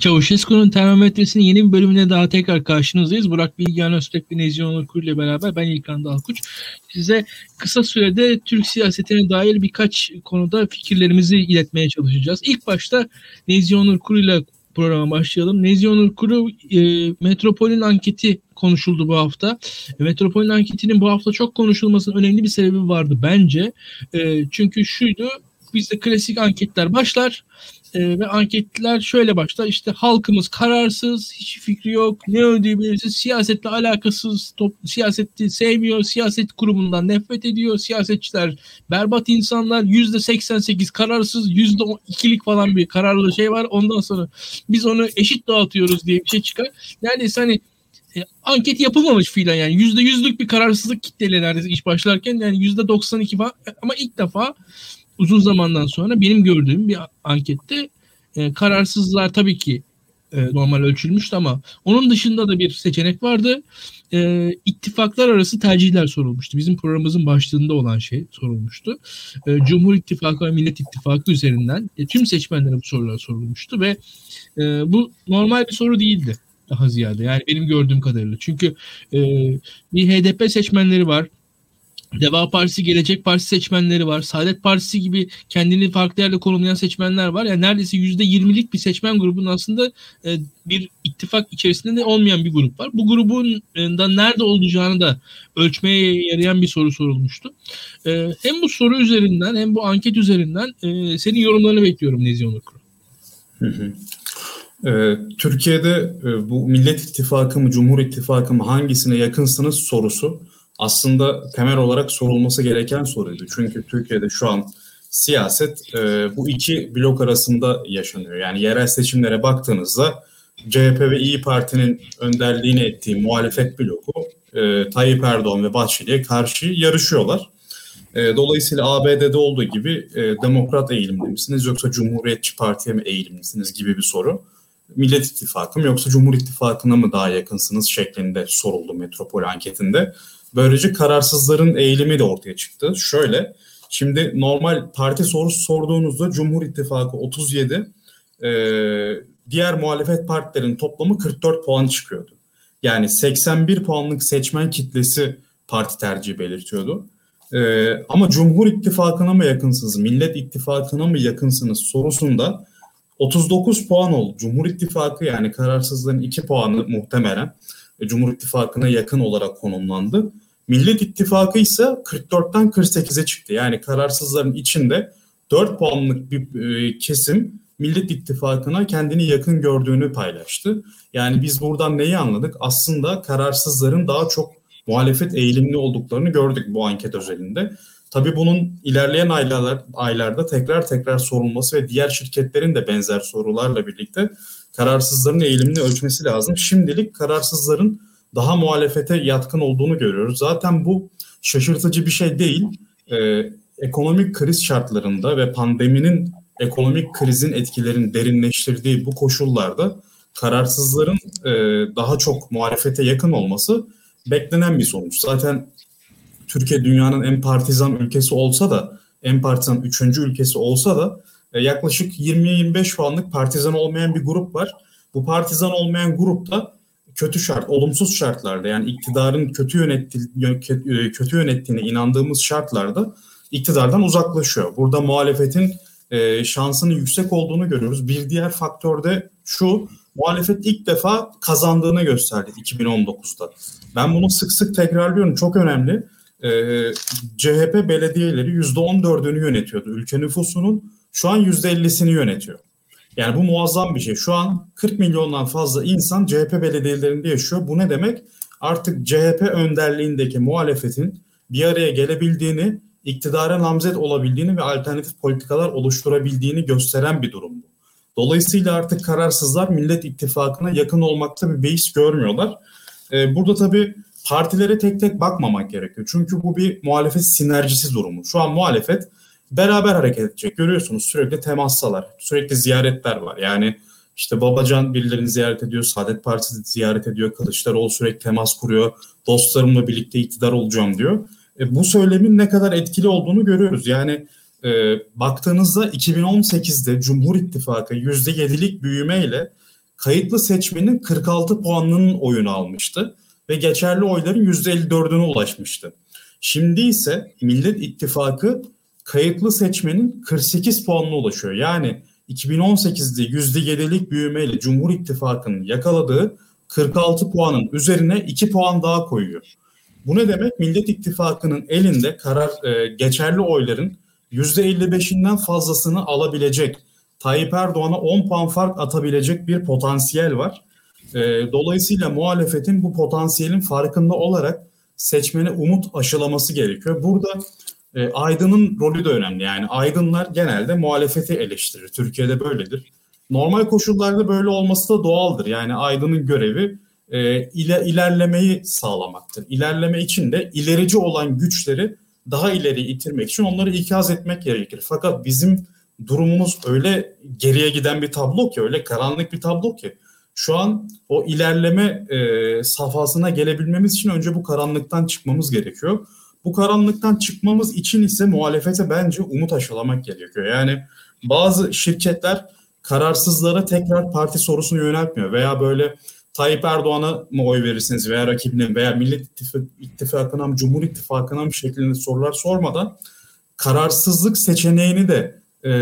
Çavuşescu'nun termometresinin yeni bir bölümüne daha tekrar karşınızdayız. Burak Bilgehan Özbek ve Nezih Onurkur ile beraber ben İlkan Dalkuç. Size kısa sürede Türk siyasetine dair birkaç konuda fikirlerimizi iletmeye çalışacağız. İlk başta Nezih Onurkur ile programa başlayalım. Nezih Onurkur'u Metropol'ün anketi konuşuldu bu hafta. Metropol'ün anketinin bu hafta çok konuşulmasının önemli bir sebebi vardı bence. Çünkü şuydu, bizde klasik anketler başlar. Ve anketler şöyle başlar. İşte halkımız kararsız, hiç fikri yok, ne ödüğü belirsiz, siyasetle alakasız, siyaseti sevmiyor, siyaset kurumundan nefret ediyor, siyasetçiler berbat insanlar, %88 kararsız, %2'lik falan bir kararlı şey var. Ondan sonra biz onu eşit dağıtıyoruz diye bir şey çıkar. Neredeyse hani anket yapılmamış filan, yani %100'lük bir kararsızlık kitleyle neredeyse iş başlarken, yani %92 falan, ama ilk defa uzun zamandan sonra benim gördüğüm bir ankette kararsızlar tabii ki normal ölçülmüştü, ama onun dışında da bir seçenek vardı. İttifaklar arası tercihler sorulmuştu. Bizim programımızın başlığında olan şey sorulmuştu. Cumhur İttifakı ve Millet İttifakı üzerinden tüm seçmenlere bu sorular sorulmuştu ve bu normal bir soru değildi daha ziyade. Yani benim gördüğüm kadarıyla. Çünkü bir HDP seçmenleri var. Deva Partisi, Gelecek Partisi seçmenleri var. Saadet Partisi gibi kendini farklı yerde konumlayan seçmenler var. Yani neredeyse %20'lik bir seçmen grubunun aslında bir ittifak içerisinde de olmayan bir grup var. Bu grubun da nerede olacağını da ölçmeye yarayan bir soru sorulmuştu. Hem bu soru üzerinden hem bu anket üzerinden senin yorumlarını bekliyorum Nezih Onurkur. Türkiye'de bu Millet İttifakı mı, Cumhur İttifakı mı, hangisine yakınsınız sorusu aslında temel olarak sorulması gereken soruydu. Çünkü Türkiye'de şu an siyaset bu iki blok arasında yaşanıyor. Yani yerel seçimlere baktığınızda CHP ve İYİ Parti'nin önderliğini ettiği muhalefet bloku Tayyip Erdoğan ve Bahçeli'ye karşı yarışıyorlar. Dolayısıyla ABD'de olduğu gibi demokrat eğilimli misiniz yoksa Cumhuriyetçi Parti'ye mi eğilimlisiniz gibi bir soru. Millet İttifakı mı yoksa Cumhur İttifakı'na mı daha yakınsınız şeklinde soruldu Metropol anketinde. Böylece kararsızların eğilimi de ortaya çıktı. Şöyle, şimdi normal parti sorusu sorduğunuzda Cumhur İttifakı 37, diğer muhalefet partilerin toplamı 44 puan çıkıyordu. Yani 81 puanlık seçmen kitlesi parti tercihi belirtiyordu. Ama Cumhur İttifakı'na mı yakınsınız, Millet İttifakı'na mı yakınsınız sorusunda 39 puan oldu. Cumhur İttifakı, yani kararsızların 2 puanı muhtemelen Cumhur İttifakı'na yakın olarak konumlandı. Millet İttifakı ise 44'ten 48'e çıktı. Yani kararsızların içinde 4 puanlık bir kesim Millet İttifakı'na kendini yakın gördüğünü paylaştı. Yani biz buradan neyi anladık? Aslında kararsızların daha çok muhalefet eğilimli olduklarını gördük bu anket özelinde. Tabii bunun ilerleyen aylarda tekrar sorulması ve diğer şirketlerin de benzer sorularla birlikte kararsızların eğilimini ölçmesi lazım. Şimdilik kararsızların daha muhalefete yatkın olduğunu görüyoruz. Zaten bu şaşırtıcı bir şey değil. Ekonomik kriz şartlarında ve pandeminin ekonomik krizin etkilerini derinleştirdiği bu koşullarda kararsızların daha çok muhalefete yakın olması beklenen bir sonuç. Zaten Türkiye dünyanın en partizan ülkesi olsa da, en partizan 3. ülkesi olsa da yaklaşık 20-25 puanlık partizan olmayan bir grup var. Bu partizan olmayan grupta olumsuz şartlarda, yani iktidarın kötü yönettiğine inandığımız şartlarda iktidardan uzaklaşıyor. Burada muhalefetin şansının yüksek olduğunu görüyoruz. Bir diğer faktör de şu: muhalefet ilk defa kazandığını gösterdi 2019'da. Ben bunu sık sık tekrarlıyorum, çok önemli. CHP belediyeleri %14'ünü yönetiyordu. Ülke nüfusunun şu an %50'sini yönetiyor. Yani bu muazzam bir şey. Şu an 40 milyondan fazla insan CHP belediyelerinde yaşıyor. Bu ne demek? Artık CHP önderliğindeki muhalefetin bir araya gelebildiğini, iktidara namzet olabildiğini ve alternatif politikalar oluşturabildiğini gösteren bir durum bu. Dolayısıyla artık kararsızlar Millet İttifakı'na yakın olmakta bir beis görmüyorlar. Burada tabii partilere tek tek bakmamak gerekiyor. Çünkü bu bir muhalefet sinerjisi durumu. Şu an muhalefet beraber hareket edecek. Görüyorsunuz, sürekli temassalar, sürekli ziyaretler var. Yani işte Babacan birilerini ziyaret ediyor, Saadet Partisi ziyaret ediyor, Kılıçdaroğlu sürekli temas kuruyor, dostlarımla birlikte iktidar olacağım diyor. Bu söylemin ne kadar etkili olduğunu görüyoruz. Yani baktığınızda 2018'de Cumhur İttifakı %7'lik büyümeyle kayıtlı seçmenin 46 puanının oyunu almıştı ve geçerli oyların %54'üne ulaşmıştı. Şimdi ise Millet İttifakı kayıtlı seçmenin 48 puanına ulaşıyor. Yani 2018'de %7'lik büyümeyle Cumhur İttifakı'nın yakaladığı 46 puanın üzerine 2 puan daha koyuyor. Bu ne demek? Millet İttifakı'nın elinde geçerli oyların %55'inden fazlasını alabilecek, Tayyip Erdoğan'a 10 puan fark atabilecek bir potansiyel var. Dolayısıyla muhalefetin bu potansiyelin farkında olarak seçmene umut aşılaması gerekiyor. Burada aydının rolü de önemli. Yani aydınlar genelde muhalefeti eleştirir. Türkiye'de böyledir. Normal koşullarda böyle olması da doğaldır. Yani aydının görevi ilerlemeyi sağlamaktır. İlerleme için de ilerici olan güçleri daha ileri itirmek için onları ikaz etmek gerekir. Fakat bizim durumumuz öyle geriye giden bir tablo ki, öyle karanlık bir tablo ki. Şu an o ilerleme safhasına gelebilmemiz için önce bu karanlıktan çıkmamız gerekiyor. Bu karanlıktan çıkmamız için ise muhalefete bence umut aşılamak gerekiyor. Yani bazı şirketler kararsızlara tekrar parti sorusunu yöneltmiyor veya böyle Tayyip Erdoğan'a mı oy verirsiniz veya rakibine veya Millet İttifakı'na mı Cumhur İttifakı'na mı şeklinde sorular sormadan kararsızlık seçeneğini de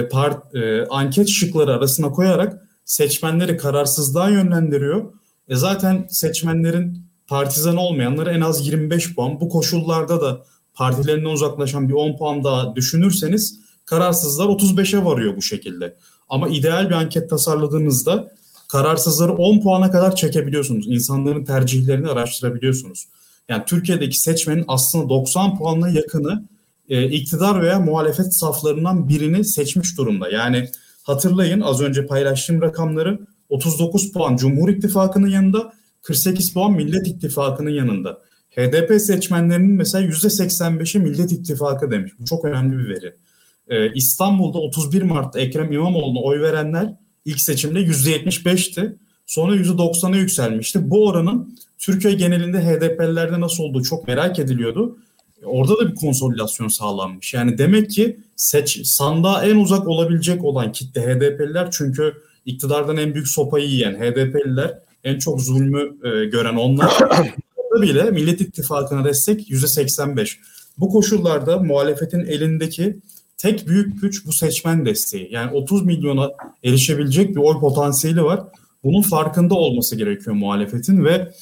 anket şıkları arasına koyarak seçmenleri kararsızlığa yönlendiriyor. Zaten seçmenlerin partizan olmayanları en az 25 puan. Bu koşullarda da partilerinden uzaklaşan bir 10 puan daha düşünürseniz kararsızlar 35'e varıyor bu şekilde. Ama ideal bir anket tasarladığınızda kararsızları 10 puana kadar çekebiliyorsunuz. İnsanların tercihlerini araştırabiliyorsunuz. Yani Türkiye'deki seçmenin aslında 90 puanına yakını iktidar veya muhalefet saflarından birini seçmiş durumda. Yani hatırlayın, az önce paylaştığım rakamları: 39 puan Cumhur İttifakı'nın yanında, 48 puan Millet İttifakı'nın yanında. HDP seçmenlerinin mesela %85'i Millet İttifakı demiş. Bu çok önemli bir veri. İstanbul'da 31 Mart'ta Ekrem İmamoğlu'na oy verenler ilk seçimde %75'ti. Sonra %90'a yükselmişti. Bu oranın Türkiye genelinde HDP'lilerde nasıl olduğu çok merak ediliyordu. Orada da bir konsolidasyon sağlanmış. Yani demek ki sandığa en uzak olabilecek olan kitle HDP'liler, çünkü iktidardan en büyük sopayı yiyen HDP'liler, en çok zulmü gören onlar. Orada bile Millet İttifakı'na destek %85. Bu koşullarda muhalefetin elindeki tek büyük güç bu seçmen desteği. Yani 30 milyona erişebilecek bir oy potansiyeli var. Bunun farkında olması gerekiyor muhalefetin ve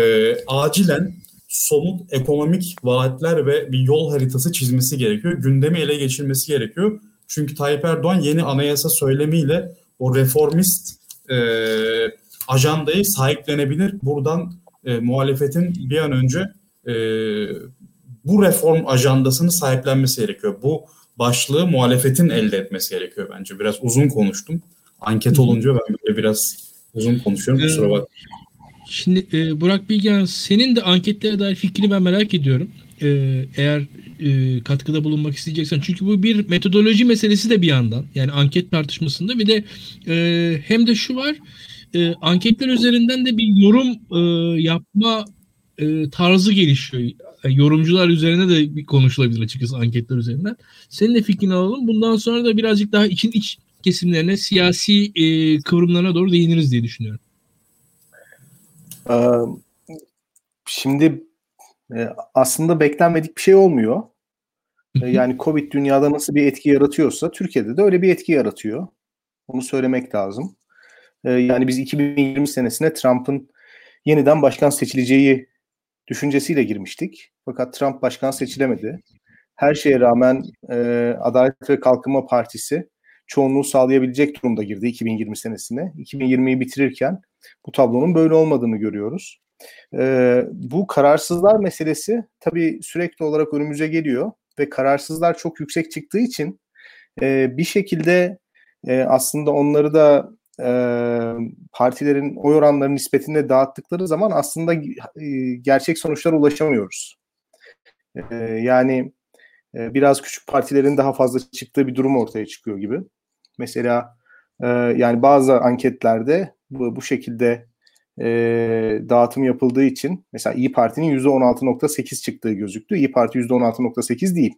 acilen somut ekonomik vaatler ve bir yol haritası çizmesi gerekiyor. Gündemi ele geçirmesi gerekiyor. Çünkü Tayyip Erdoğan yeni anayasa söylemiyle o reformist ajandayı sahiplenebilir. Buradan muhalefetin bir an önce bu reform ajandasını sahiplenmesi gerekiyor. Bu başlığı muhalefetin elde etmesi gerekiyor bence. Biraz uzun konuştum. Anket olunca ben böyle biraz uzun konuşuyorum. Kusura bakmayın. Şimdi Burak Bilgehan, senin de anketlere dair fikrini ben merak ediyorum. Eğer katkıda bulunmak isteyeceksen. Çünkü bu bir metodoloji meselesi de bir yandan. Yani anket tartışmasında bir de hem de şu var. Anketler üzerinden de bir yorum yapma tarzı gelişiyor. Yorumcular üzerine de bir konuşulabilir açıkçası anketler üzerinden. Senin de fikrini alalım. Bundan sonra da birazcık daha için iç kesimlerine, siyasi kıvrımlarına doğru değiniriz diye düşünüyorum. Şimdi aslında beklenmedik bir şey olmuyor. Yani Covid dünyada nasıl bir etki yaratıyorsa Türkiye'de de öyle bir etki yaratıyor. Onu söylemek lazım. Yani biz 2020 senesine Trump'ın yeniden başkan seçileceği düşüncesiyle girmiştik. Fakat Trump başkan seçilemedi. Her şeye rağmen Adalet ve Kalkınma Partisi çoğunluğu sağlayabilecek durumda girdi 2020 senesine. 2020'yi bitirirken bu tablonun böyle olmadığını görüyoruz. Bu kararsızlar meselesi tabii sürekli olarak önümüze geliyor ve kararsızlar çok yüksek çıktığı için bir şekilde aslında onları da partilerin oy oranları nispetinde dağıttıkları zaman aslında gerçek sonuçlara ulaşamıyoruz. Yani biraz küçük partilerin daha fazla çıktığı bir durum ortaya çıkıyor gibi. Mesela yani bazı anketlerde bu şekilde dağıtım yapıldığı için mesela İyi Parti'nin %16.8 çıktığı gözüktü. İyi Parti %16.8 değil.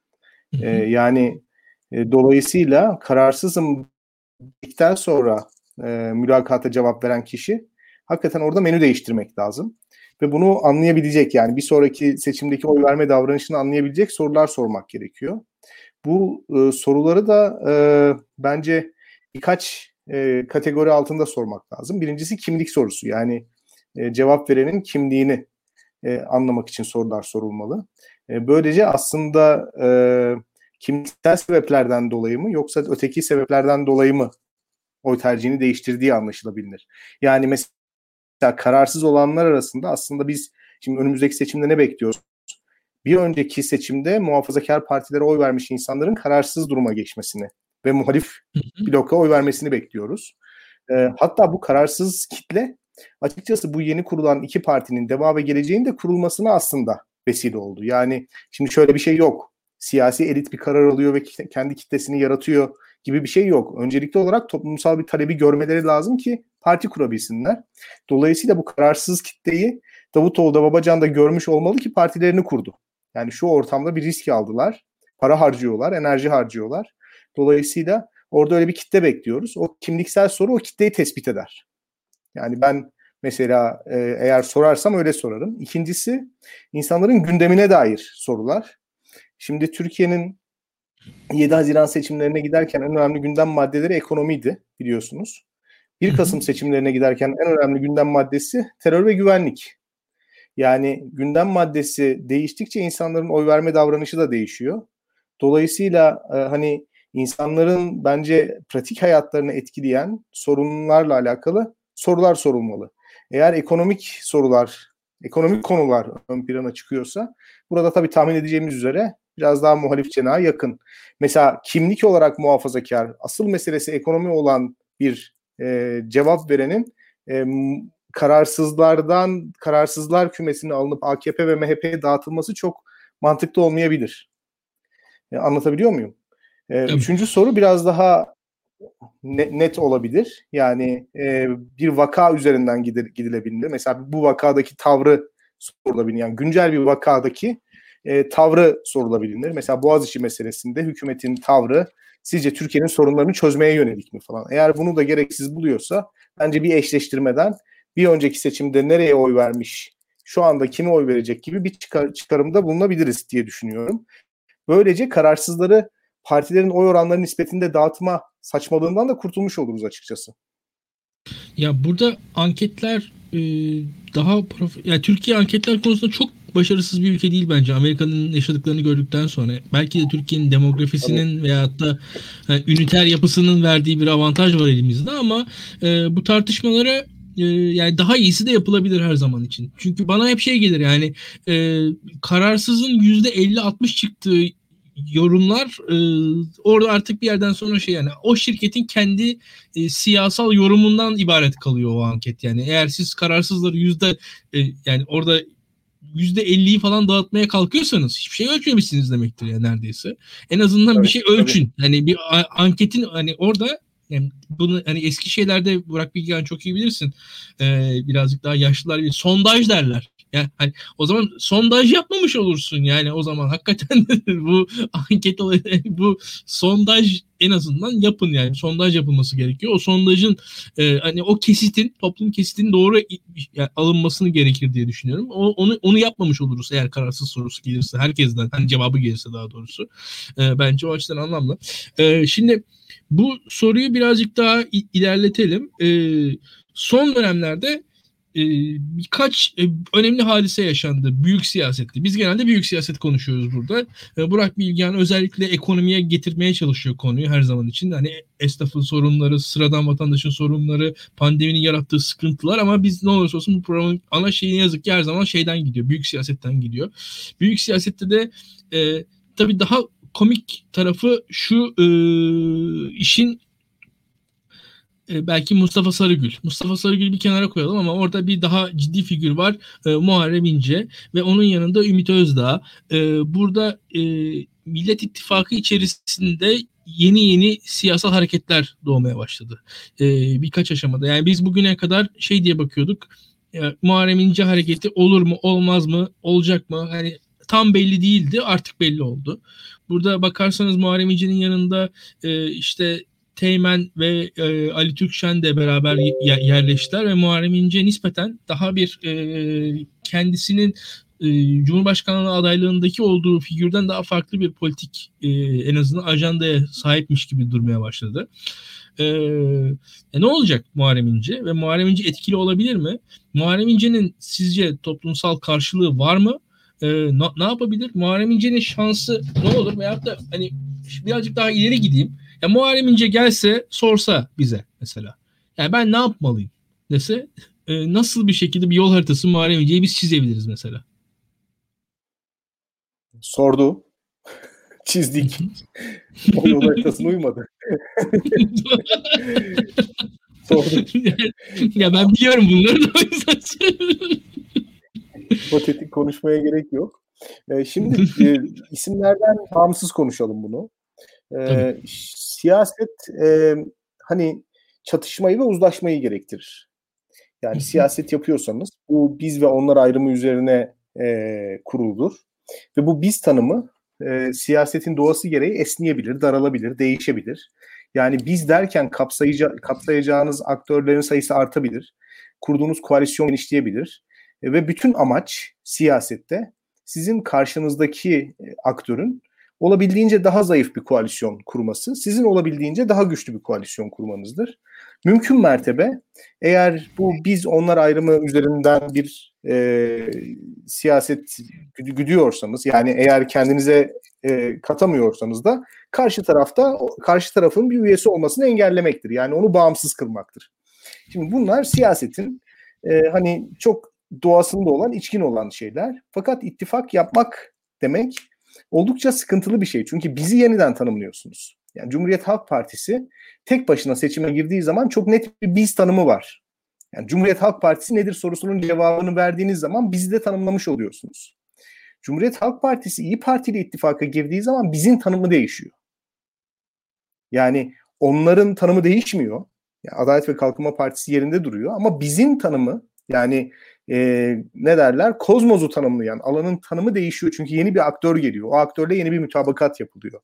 Yani dolayısıyla kararsızım dedikten sonra mülakata cevap veren kişi. Hakikaten orada menü değiştirmek lazım. Ve bunu anlayabilecek, yani bir sonraki seçimdeki oy verme davranışını anlayabilecek sorular sormak gerekiyor. Bu soruları da bence birkaç kategori altında sormak lazım. Birincisi kimlik sorusu. Yani cevap verenin kimliğini anlamak için sorular sorulmalı. Böylece aslında kimliksel sebeplerden dolayı mı yoksa öteki sebeplerden dolayı mı oy tercihini değiştirdiği anlaşılabilir. Yani mesela kararsız olanlar arasında aslında biz şimdi önümüzdeki seçimde ne bekliyoruz? Bir önceki seçimde muhafazakar partilere oy vermiş insanların kararsız duruma geçmesini ve muhalif bloka oy vermesini bekliyoruz. Hatta bu kararsız kitle açıkçası bu yeni kurulan iki partinin Deva ve Geleceğin de kurulmasına aslında vesile oldu. Yani şimdi şöyle bir şey yok. Siyasi elit bir karar alıyor ve kendi kitlesini yaratıyor gibi bir şey yok. Öncelikli olarak toplumsal bir talebi görmeleri lazım ki parti kurabilsinler. Dolayısıyla bu kararsız kitleyi Davutoğlu da Babacan da görmüş olmalı ki partilerini kurdu. Yani şu ortamda bir risk aldılar. Para harcıyorlar, enerji harcıyorlar. Dolayısıyla orada öyle bir kitle bekliyoruz. O kimliksel soru o kitleyi tespit eder. Yani ben mesela eğer sorarsam öyle sorarım. İkincisi insanların gündemine dair sorular. Şimdi Türkiye'nin 7 Haziran seçimlerine giderken en önemli gündem maddeleri ekonomiydi biliyorsunuz. 1 Kasım seçimlerine giderken en önemli gündem maddesi terör ve güvenlik. Yani gündem maddesi değiştikçe insanların oy verme davranışı da değişiyor. Dolayısıyla hani insanların bence pratik hayatlarını etkileyen sorunlarla alakalı sorular sorulmalı. Eğer ekonomik sorular, ekonomik konular ön plana çıkıyorsa burada tabii tahmin edeceğimiz üzere biraz daha muhalif cenaha yakın. Mesela kimlik olarak muhafazakar, asıl meselesi ekonomi olan bir cevap verenin kararsızlar kümesine alınıp AKP ve MHP'ye dağıtılması çok mantıklı olmayabilir. Anlatabiliyor muyum? Üçüncü soru biraz daha net olabilir. Yani bir vaka üzerinden gidilebilir. Mesela bu vakadaki tavrı sorulabilir. Yani güncel bir vakadaki tavrı sorulabilir. Mesela Boğaziçi meselesinde hükümetin tavrı sizce Türkiye'nin sorunlarını çözmeye yönelik mi falan. Eğer bunu da gereksiz buluyorsa bence bir eşleştirmeden bir önceki seçimde nereye oy vermiş, şu anda kime oy verecek gibi bir çıkarımda bulunabiliriz diye düşünüyorum. Böylece kararsızları partilerin oy oranları nispetinde dağıtma saçmalığından da kurtulmuş oluruz açıkçası. Ya burada anketler yani Türkiye anketler konusunda çok başarısız bir ülke değil bence. Amerika'nın yaşadıklarını gördükten sonra belki de Türkiye'nin demografisinin veyahut da üniter yapısının verdiği bir avantaj var elimizde ama bu tartışmalara yani daha iyisi de yapılabilir her zaman için. Çünkü bana hep şey gelir yani kararsızın %50-60 çıktığı yorumlar orada artık bir yerden sonra şey yani o şirketin kendi siyasal yorumundan ibaret kalıyor o anket yani. Eğer siz kararsızları yani orada %50'yi falan dağıtmaya kalkıyorsanız hiçbir şey ölçmemişsiniz demektir ya neredeyse. En azından tabii, bir şey ölçün. Tabii. Hani bir anketin hani orada yani bunu hani eski şeylerde Burak Bilgehan çok iyi bilirsin. Birazcık daha yaşlılar bilir. Sondaj derler. Yani hani o zaman sondaj yapmamış olursun yani o zaman hakikaten bu anket bu sondaj en azından yapın yani sondaj yapılması gerekiyor. O sondajın hani o toplum kesitinin doğru yani alınmasını gerekir diye düşünüyorum. Onu yapmamış oluruz eğer kararsız sorusu gelirse herkesten hani cevabı gelirse daha doğrusu. Bence o açıdan anlamlı. Şimdi bu soruyu birazcık daha ilerletelim. Son dönemlerde birkaç önemli hadise yaşandı. Büyük siyasette. Biz genelde büyük siyaset konuşuyoruz burada. Burak Bilgehan özellikle ekonomiye getirmeye çalışıyor konuyu her zaman için. Hani esnafın sorunları, sıradan vatandaşın sorunları, pandeminin yarattığı sıkıntılar ama biz ne olursa olsun bu programın ana şeyi ne yazık ki her zaman şeyden gidiyor. Büyük siyasetten gidiyor. Büyük siyasette de tabii daha komik tarafı şu işin belki Mustafa Sarıgül. Mustafa Sarıgül'ü bir kenara koyalım ama orada bir daha ciddi figür var. Muharrem İnce ve onun yanında Ümit Özdağ. Burada Millet İttifakı içerisinde yeni siyasal hareketler doğmaya başladı. Birkaç aşamada. Yani biz bugüne kadar şey diye bakıyorduk. Muharrem İnce hareketi olur mu, olmaz mı, olacak mı? Hani tam belli değildi. Artık belli oldu. Burada bakarsanız Muharrem İnce'nin yanında işte Teğmen ve Ali Türkşen de beraber yerleştiler ve Muharrem İnce nispeten daha bir kendisinin Cumhurbaşkanlığı adaylığındaki olduğu figürden daha farklı bir politik en azından ajandaya sahipmiş gibi durmaya başladı. Ne olacak Muharrem İnce ve Muharrem İnce etkili olabilir mi? Muharrem İnce'nin sizce toplumsal karşılığı var mı? Ne yapabilir? Muharrem İnce'nin şansı ne olur? Veyahut da hani birazcık daha ileri gideyim. Ya Muharrem İnce gelse sorsa bize mesela. Yani ben ne yapmalıyım dese nasıl bir şekilde bir yol haritası Muharrem İnce'yi biz çizebiliriz mesela? Sordu. Çizdik. O yol haritasına uymadı. Sordu. Ya ben biliyorum bunları da o yüzden hipotetik konuşmaya gerek yok. Şimdi isimlerden bağımsız konuşalım bunu. Siyaset hani çatışmayı ve uzlaşmayı gerektirir. Yani siyaset yapıyorsanız bu biz ve onlar ayrımı üzerine kuruludur. Ve bu biz tanımı siyasetin doğası gereği esneyebilir, daralabilir, değişebilir. Yani biz derken kapsayacağınız aktörlerin sayısı artabilir. Kurduğunuz koalisyon genişleyebilir. Ve bütün amaç siyasette sizin karşınızdaki aktörün olabildiğince daha zayıf bir koalisyon kurması, sizin olabildiğince daha güçlü bir koalisyon kurmanızdır. Mümkün mertebe eğer bu biz onlar ayrımı üzerinden bir siyaset güdüyorsanız, yani eğer kendinize katamıyorsanız da karşı tarafın bir üyesi olmasını engellemektir. Yani onu bağımsız kılmaktır. Şimdi bunlar siyasetin hani çok doğasında olan, içkin olan şeyler. Fakat ittifak yapmak demek oldukça sıkıntılı bir şey. Çünkü bizi yeniden tanımlıyorsunuz. Yani Cumhuriyet Halk Partisi tek başına seçime girdiği zaman çok net bir biz tanımı var. Yani Cumhuriyet Halk Partisi nedir sorusunun cevabını verdiğiniz zaman bizi de tanımlamış oluyorsunuz. Cumhuriyet Halk Partisi İYİ Parti ile ittifaka girdiği zaman bizim tanımı değişiyor. Yani onların tanımı değişmiyor. Yani Adalet ve Kalkınma Partisi yerinde duruyor ama bizim tanımı, yani ne derler, kozmosu tanımlayan alanın tanımı değişiyor. Çünkü yeni bir aktör geliyor. O aktörle yeni bir mütabakat yapılıyor.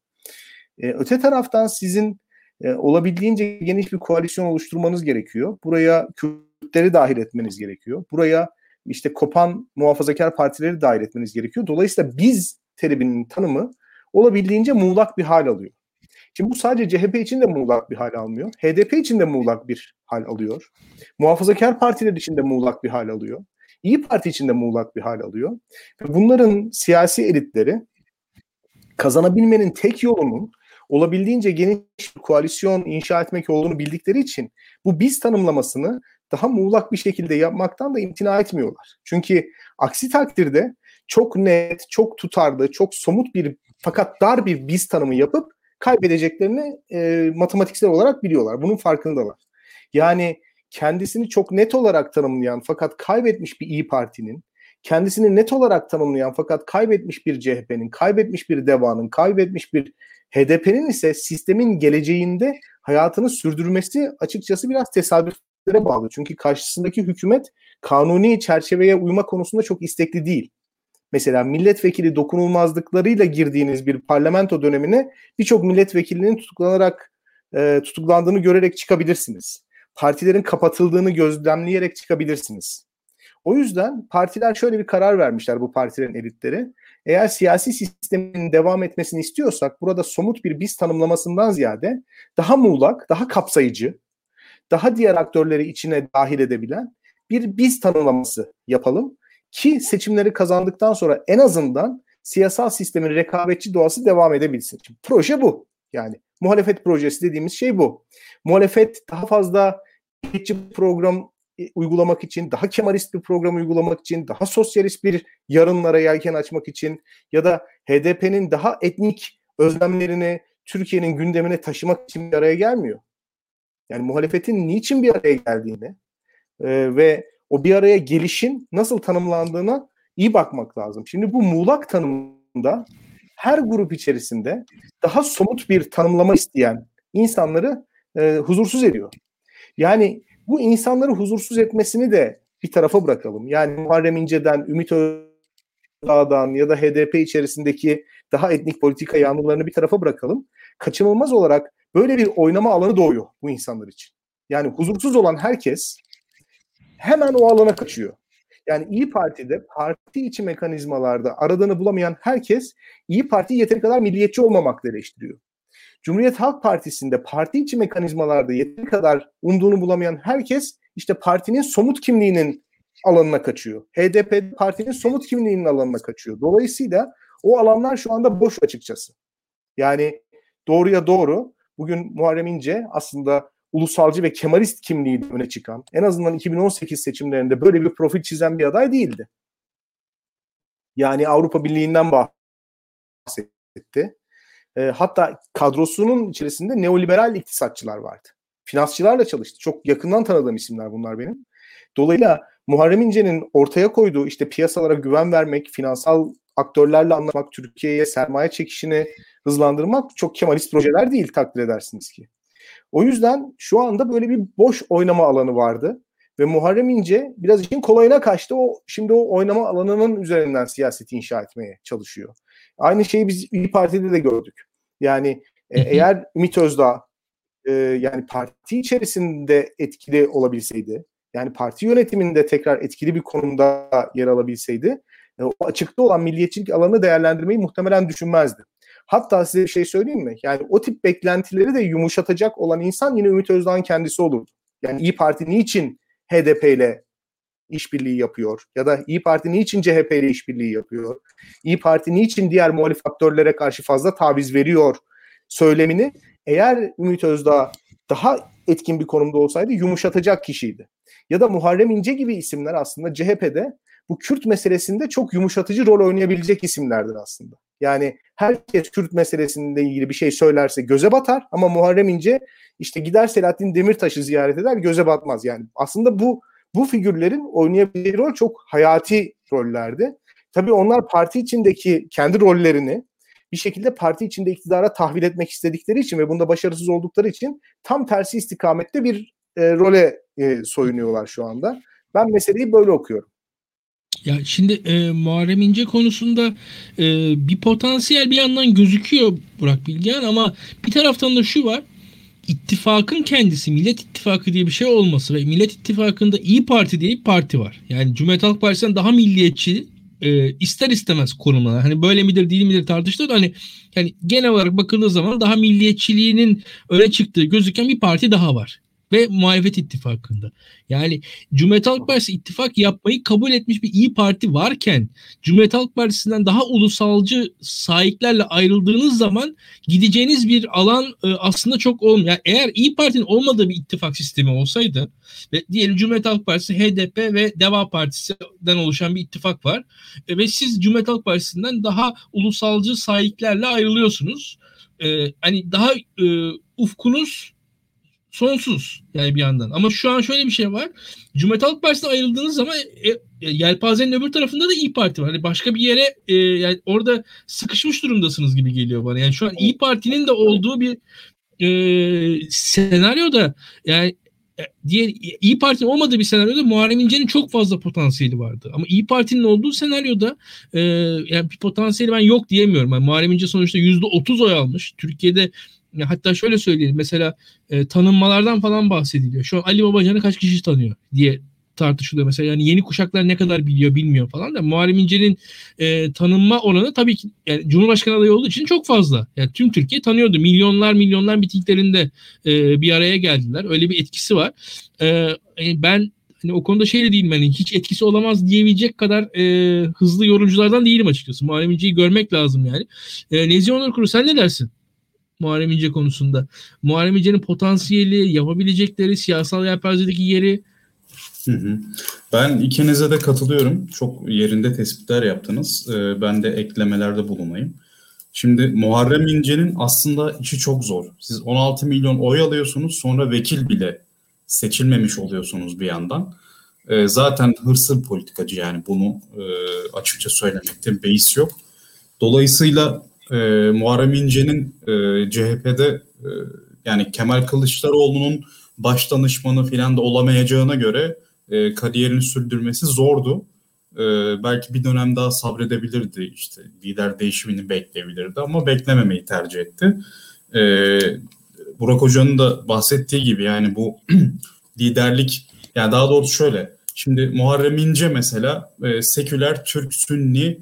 Öte taraftan sizin olabildiğince geniş bir koalisyon oluşturmanız gerekiyor. Buraya Kürtleri dahil etmeniz gerekiyor. Buraya işte kopan muhafazakar partileri dahil etmeniz gerekiyor. Dolayısıyla biz teriminin tanımı olabildiğince muğlak bir hal alıyor. Şimdi bu sadece CHP için de muğlak bir hal almıyor. HDP için de muğlak bir hal alıyor. Muhafazakar partiler için de muğlak bir hal alıyor. İYİ Parti için de muğlak bir hal alıyor. Ve bunların siyasi elitleri kazanabilmenin tek yolunun olabildiğince geniş bir koalisyon inşa etmek olduğunu bildikleri için bu biz tanımlamasını daha muğlak bir şekilde yapmaktan da imtina etmiyorlar. Çünkü aksi takdirde çok net, çok tutarlı, çok somut bir fakat dar bir biz tanımı yapıp kaybedeceklerini matematiksel olarak biliyorlar. Bunun farkındalar. Yani kendisini çok net olarak tanımlayan fakat kaybetmiş bir İYİ Parti'nin, kendisini net olarak tanımlayan fakat kaybetmiş bir CHP'nin, kaybetmiş bir DEVA'nın, kaybetmiş bir HDP'nin ise sistemin geleceğinde hayatını sürdürmesi açıkçası biraz tesadüflere bağlı. Çünkü karşısındaki hükümet kanuni çerçeveye uyma konusunda çok istekli değil. Mesela milletvekili dokunulmazlıklarıyla girdiğiniz bir parlamento dönemine birçok milletvekilinin tutuklandığını görerek çıkabilirsiniz. Partilerin kapatıldığını gözlemleyerek çıkabilirsiniz. O yüzden partiler şöyle bir karar vermişler, bu partilerin elitleri. Eğer siyasi sistemin devam etmesini istiyorsak burada somut bir biz tanımlamasından ziyade daha muğlak, daha kapsayıcı, daha diğer aktörleri içine dahil edebilen bir biz tanımlaması yapalım ki seçimleri kazandıktan sonra en azından siyasal sistemin rekabetçi doğası devam edebilsin. Şimdi proje bu. Yani muhalefet projesi dediğimiz şey bu. Muhalefet daha fazla program uygulamak için, daha Kemalist bir program uygulamak için, daha sosyalist bir yarınlara yelken açmak için ya da HDP'nin daha etnik özlemlerini Türkiye'nin gündemine taşımak için bir araya gelmiyor. Yani muhalefetin niçin bir araya geldiğini ve o bir araya gelişin nasıl tanımlandığına iyi bakmak lazım. Şimdi bu muğlak tanımda her grup içerisinde daha somut bir tanımlama isteyen insanları huzursuz ediyor. Yani bu insanları huzursuz etmesini de bir tarafa bırakalım. Yani Muharrem İnce'den, Ümit Özdağ'dan ya da HDP içerisindeki daha etnik politika yanlılarını bir tarafa bırakalım. Kaçınılmaz olarak böyle bir oynama alanı doğuyor bu insanlar için. Yani huzursuz olan herkes hemen o alana kaçıyor. Yani İyi Parti'de parti içi mekanizmalarda aradığını bulamayan herkes İyi Parti'yi yeteri kadar milliyetçi olmamakla eleştiriyor. Cumhuriyet Halk Partisi'nde parti içi mekanizmalarda yeteri kadar umduğunu bulamayan herkes işte partinin somut kimliğinin alanına kaçıyor. HDP'de partinin somut kimliğinin alanına kaçıyor. Dolayısıyla o alanlar şu anda boş açıkçası. Yani doğruya doğru bugün Muharrem İnce aslında ulusalcı ve Kemalist kimliği öne çıkan, en azından 2018 seçimlerinde böyle bir profil çizen bir aday değildi. Yani Avrupa Birliği'nden bahsetti. Hatta kadrosunun içerisinde neoliberal iktisatçılar vardı. Finansçılarla çalıştı. Çok yakından tanıdığım isimler bunlar benim. Dolayısıyla Muharrem İnce'nin ortaya koyduğu işte piyasalara güven vermek, finansal aktörlerle anlaşmak, Türkiye'ye sermaye çekişini hızlandırmak çok Kemalist projeler değil, takdir edersiniz ki. O yüzden şu anda böyle bir boş oynama alanı vardı ve Muharrem İnce biraz işin kolayına kaçtı. Şimdi o oynama alanının üzerinden siyaseti inşa etmeye çalışıyor. Aynı şeyi biz İYİ Parti'de de gördük. Yani eğer Ümit Özdağ yani parti içerisinde etkili olabilseydi, yani parti yönetiminde tekrar etkili bir konumda yer alabilseydi, o açıkta olan milliyetçilik alanını değerlendirmeyi muhtemelen düşünmezdi. Hatta size bir şey söyleyeyim mi? Yani o tip beklentileri de yumuşatacak olan insan yine Ümit Özdağ'ın kendisi olurdu. Yani İYİ Parti niçin HDP ile işbirliği yapıyor? Ya da İYİ Parti niçin CHP ile işbirliği yapıyor? İYİ Parti niçin diğer muhalif faktörlere karşı fazla taviz veriyor söylemini eğer Ümit Özdağ daha etkin bir konumda olsaydı yumuşatacak kişiydi. Ya da Muharrem İnce gibi isimler aslında CHP'de bu Kürt meselesinde çok yumuşatıcı rol oynayabilecek isimlerdir aslında. Yani herkes Kürt meselesinde ilgili bir şey söylerse göze batar ama Muharrem İnce işte gider Selahattin Demirtaş'ı ziyaret eder, göze batmaz. Yani aslında bu figürlerin oynayabildiği rol çok hayati rollerdi. Tabii onlar parti içindeki kendi rollerini bir şekilde parti içinde iktidara tahvil etmek istedikleri için ve bunda başarısız oldukları için tam tersi istikamette bir role soyunuyorlar şu anda. Ben meseleyi böyle okuyorum. Ya şimdi Muharrem İnce konusunda bir potansiyel bir yandan gözüküyor Burak Bilgehan ama bir taraftan da şu var. İttifakın kendisi Millet İttifakı diye bir şey olması ve Millet İttifakı'nda İyi Parti diye bir parti var. Yani Cumhuriyet Halk Partisi'nden daha milliyetçi ister istemez konumlar. Hani böyle midir değil midir tartışılır da hani yani genel olarak bakıldığı zaman daha milliyetçiliğinin öne çıktığı gözüken bir parti daha var. Ve muhalefet ittifakında. Yani Cumhuriyet Halk Partisi ittifak yapmayı kabul etmiş bir İyi Parti varken Cumhuriyet Halk Partisi'nden daha ulusalcı sahiplerle ayrıldığınız zaman gideceğiniz bir alan aslında çok olmuyor. Yani eğer İyi Parti'nin olmadığı bir ittifak sistemi olsaydı ve diyelim Cumhuriyet Halk Partisi, HDP ve Deva Partisi'den oluşan bir ittifak var ve siz Cumhuriyet Halk Partisi'nden daha ulusalcı sahiplerle ayrılıyorsunuz. Hani daha ufkunuz sonsuz yani bir yandan. Ama şu an şöyle bir şey var. Cumhuriyet Halk Partisi'ne ayrıldığınız zaman yelpazenin öbür tarafında da İyi Parti var. Hani başka bir yere yani orada sıkışmış durumdasınız gibi geliyor bana. Yani şu an İyi Parti'nin de olduğu bir senaryoda yani diğer İyi Parti'nin olmadığı bir senaryoda Muharrem İnce'nin çok fazla potansiyeli vardı. Ama İyi Parti'nin olduğu senaryoda yani bir potansiyeli ben yok diyemiyorum. Yani Muharrem İnce sonuçta %30 oy almış. Türkiye'de hatta şöyle söyleyelim mesela tanınmalardan falan bahsediliyor. Şu an Ali Babacan'ı kaç kişi tanıyor diye tartışılıyor mesela. Yani yeni kuşaklar ne kadar biliyor bilmiyor falan da Muharrem İnce'nin tanınma oranı tabii ki yani Cumhurbaşkanı adayı olduğu için çok fazla. Yani tüm Türkiye tanıyordu. Milyonlar mitinglerinde bir araya geldiler. Öyle bir etkisi var. Ben hani o konuda şey de değilim hani hiç etkisi olamaz diyebilecek kadar hızlı yorumculardan değilim açıkçası. Muharrem İnce'yi görmek lazım yani. Nezih Onurkuru sen ne dersin? Muharrem İnce konusunda. Muharrem İnce'nin potansiyeli, yapabilecekleri, siyasal yelpazedeki yeri. Ben ikinize de katılıyorum. Çok yerinde tespitler yaptınız. Ben de eklemelerde bulunayım. Şimdi Muharrem İnce'nin aslında işi çok zor. Siz 16 milyon oy alıyorsunuz, sonra vekil bile seçilmemiş oluyorsunuz bir yandan. Zaten hırslı politikacı yani bunu açıkça söylemekte beis yok. Dolayısıyla Muharrem İnce'nin CHP'de yani Kemal Kılıçdaroğlu'nun baş danışmanı falan da olamayacağına göre kariyerini sürdürmesi zordu. Belki bir dönem daha sabredebilirdi, işte lider değişimini bekleyebilirdi ama beklememeyi tercih etti. Burak Hoca'nın da bahsettiği gibi yani bu liderlik, yani daha doğrusu şöyle. Şimdi Muharrem İnce mesela seküler, Türk, Sünni,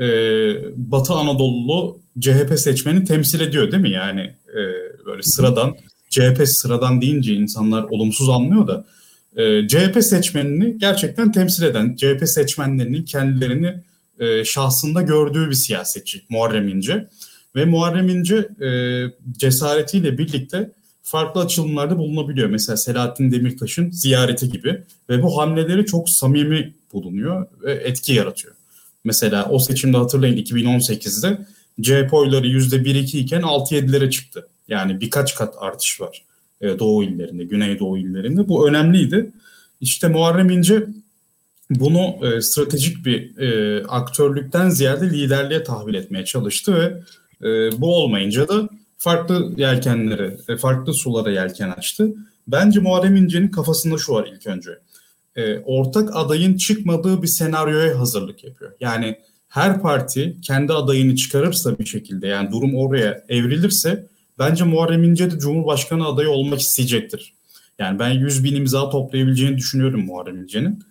Batı Anadolulu CHP seçmeni temsil ediyor değil mi? Yani böyle sıradan, CHP sıradan deyince insanlar olumsuz anlıyor da CHP seçmenini gerçekten temsil eden, CHP seçmenlerinin kendilerini şahsında gördüğü bir siyasetçi Muharrem İnce. Ve Muharrem İnce cesaretiyle birlikte farklı açılımlarda bulunabiliyor. Mesela Selahattin Demirtaş'ın ziyareti gibi ve bu hamleleri çok samimi bulunuyor ve etki yaratıyor. Mesela o seçimde hatırlayın 2018'de CHP oyları %1-2 iken 6-7'lere çıktı. Yani birkaç kat artış var Doğu illerinde, Güneydoğu illerinde. Bu önemliydi. İşte Muharrem İnce bunu stratejik bir aktörlükten ziyade liderliğe tahvil etmeye çalıştı ve bu olmayınca da farklı yelkenlere, farklı sulara yelken açtı. Bence Muharrem İnce'nin kafasında şu var ilk önce. Ortak adayın çıkmadığı bir senaryoya hazırlık yapıyor. Yani her parti kendi adayını çıkarırsa bir şekilde, yani durum oraya evrilirse bence Muharrem İnce de Cumhurbaşkanı adayı olmak isteyecektir. Yani ben 100.000 imza toplayabileceğini düşünüyorum Muharrem İnce'nin.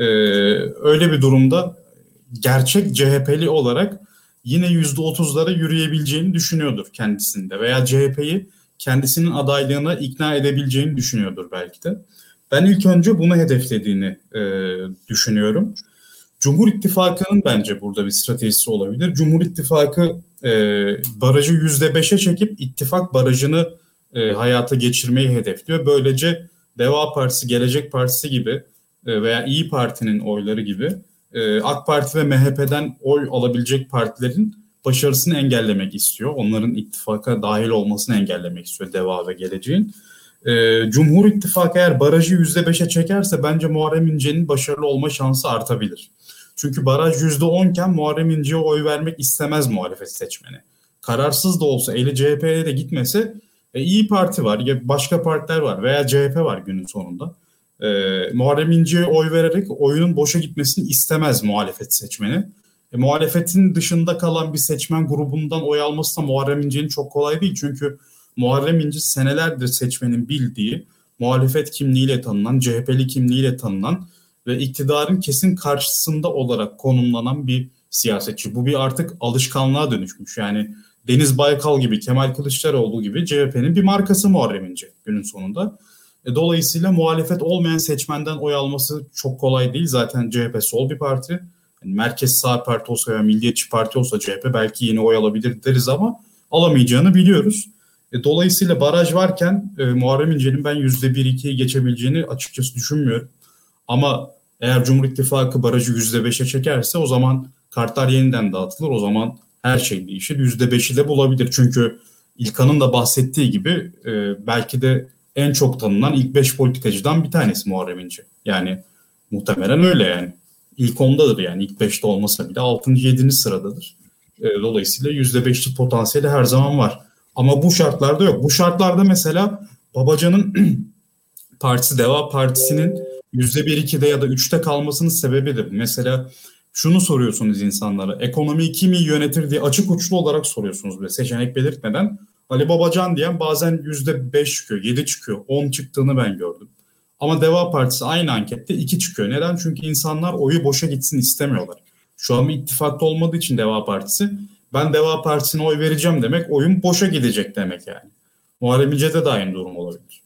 Öyle bir durumda gerçek CHP'li olarak yine %30'lara yürüyebileceğini düşünüyordur kendisinde veya CHP'yi kendisinin adaylığına ikna edebileceğini düşünüyordur belki de. Ben ilk önce bunu hedeflediğini düşünüyorum. Cumhur İttifakı'nın bence burada bir stratejisi olabilir. Cumhur İttifakı barajı %5'e çekip ittifak barajını hayata geçirmeyi hedefliyor. Böylece Deva Partisi, Gelecek Partisi gibi veya İyi Parti'nin oyları gibi AK Parti ve MHP'den oy alabilecek partilerin başarısını engellemek istiyor. Onların ittifaka dahil olmasını engellemek istiyor Deva ve Gelecek'in. Cumhur İttifakı eğer barajı %5'e çekerse bence Muharrem İnce'nin başarılı olma şansı artabilir. Çünkü baraj %10 iken Muharrem İnce'ye oy vermek istemez muhalefet seçmeni. Kararsız da olsa, eli CHP'ye de gitmese İyi Parti var, ya başka partiler var veya CHP var günün sonunda. Muharrem İnce'ye oy vererek oyunun boşa gitmesini istemez muhalefet seçmeni. Muhalefetin dışında kalan bir seçmen grubundan oy alması da Muharrem İnce'nin çok kolay değil. Çünkü Muharrem İnce senelerdir seçmenin bildiği, muhalefet kimliğiyle tanınan, CHP'li kimliğiyle tanınan ve iktidarın kesin karşısında olarak konumlanan bir siyasetçi. Bu bir artık alışkanlığa dönüşmüş. Yani Deniz Baykal gibi, Kemal Kılıçdaroğlu gibi CHP'nin bir markası Muharrem İnce günün sonunda. Dolayısıyla muhalefet olmayan seçmenden oy alması çok kolay değil. Zaten CHP sol bir parti. Yani merkez sağ parti olsa veya milliyetçi parti olsa CHP belki yine oy alabilir deriz ama alamayacağını biliyoruz. Dolayısıyla baraj varken Muharrem İnce'nin ben %1-2'yi geçebileceğini açıkçası düşünmüyorum. Ama eğer Cumhur İttifakı barajı %5'e çekerse o zaman kartlar yeniden dağıtılır. O zaman her şey değişir. %5'i de bulabilir. Çünkü İlkan'ın da bahsettiği gibi belki de en çok tanınan ilk 5 politikacıdan bir tanesi Muharrem İnce. Yani muhtemelen öyle yani. İlk 10'dadır yani. İlk 5'te olmasa bile 6. 7. sıradadır. Dolayısıyla %5'lik potansiyeli her zaman var. Ama bu şartlarda yok. Bu şartlarda mesela Babacan'ın partisi, Deva Partisi'nin %1-2'de ya da 3'te kalmasının sebebidir. Mesela şunu soruyorsunuz insanlara. Ekonomiyi kim iyi yönetir diye açık uçlu olarak soruyorsunuz bile seçenek belirtmeden. Ali Babacan diyen bazen %5 çıkıyor, 7 çıkıyor, 10 çıktığını ben gördüm. Ama Deva Partisi aynı ankette 2 çıkıyor. Neden? Çünkü insanlar oyu boşa gitsin istemiyorlar. Şu an bir ittifakta olmadığı için Deva Partisi, ben Deva Partisi'ne oy vereceğim demek, oyun boşa gidecek demek yani. Muharrem İnce'de de aynı durum olabilir.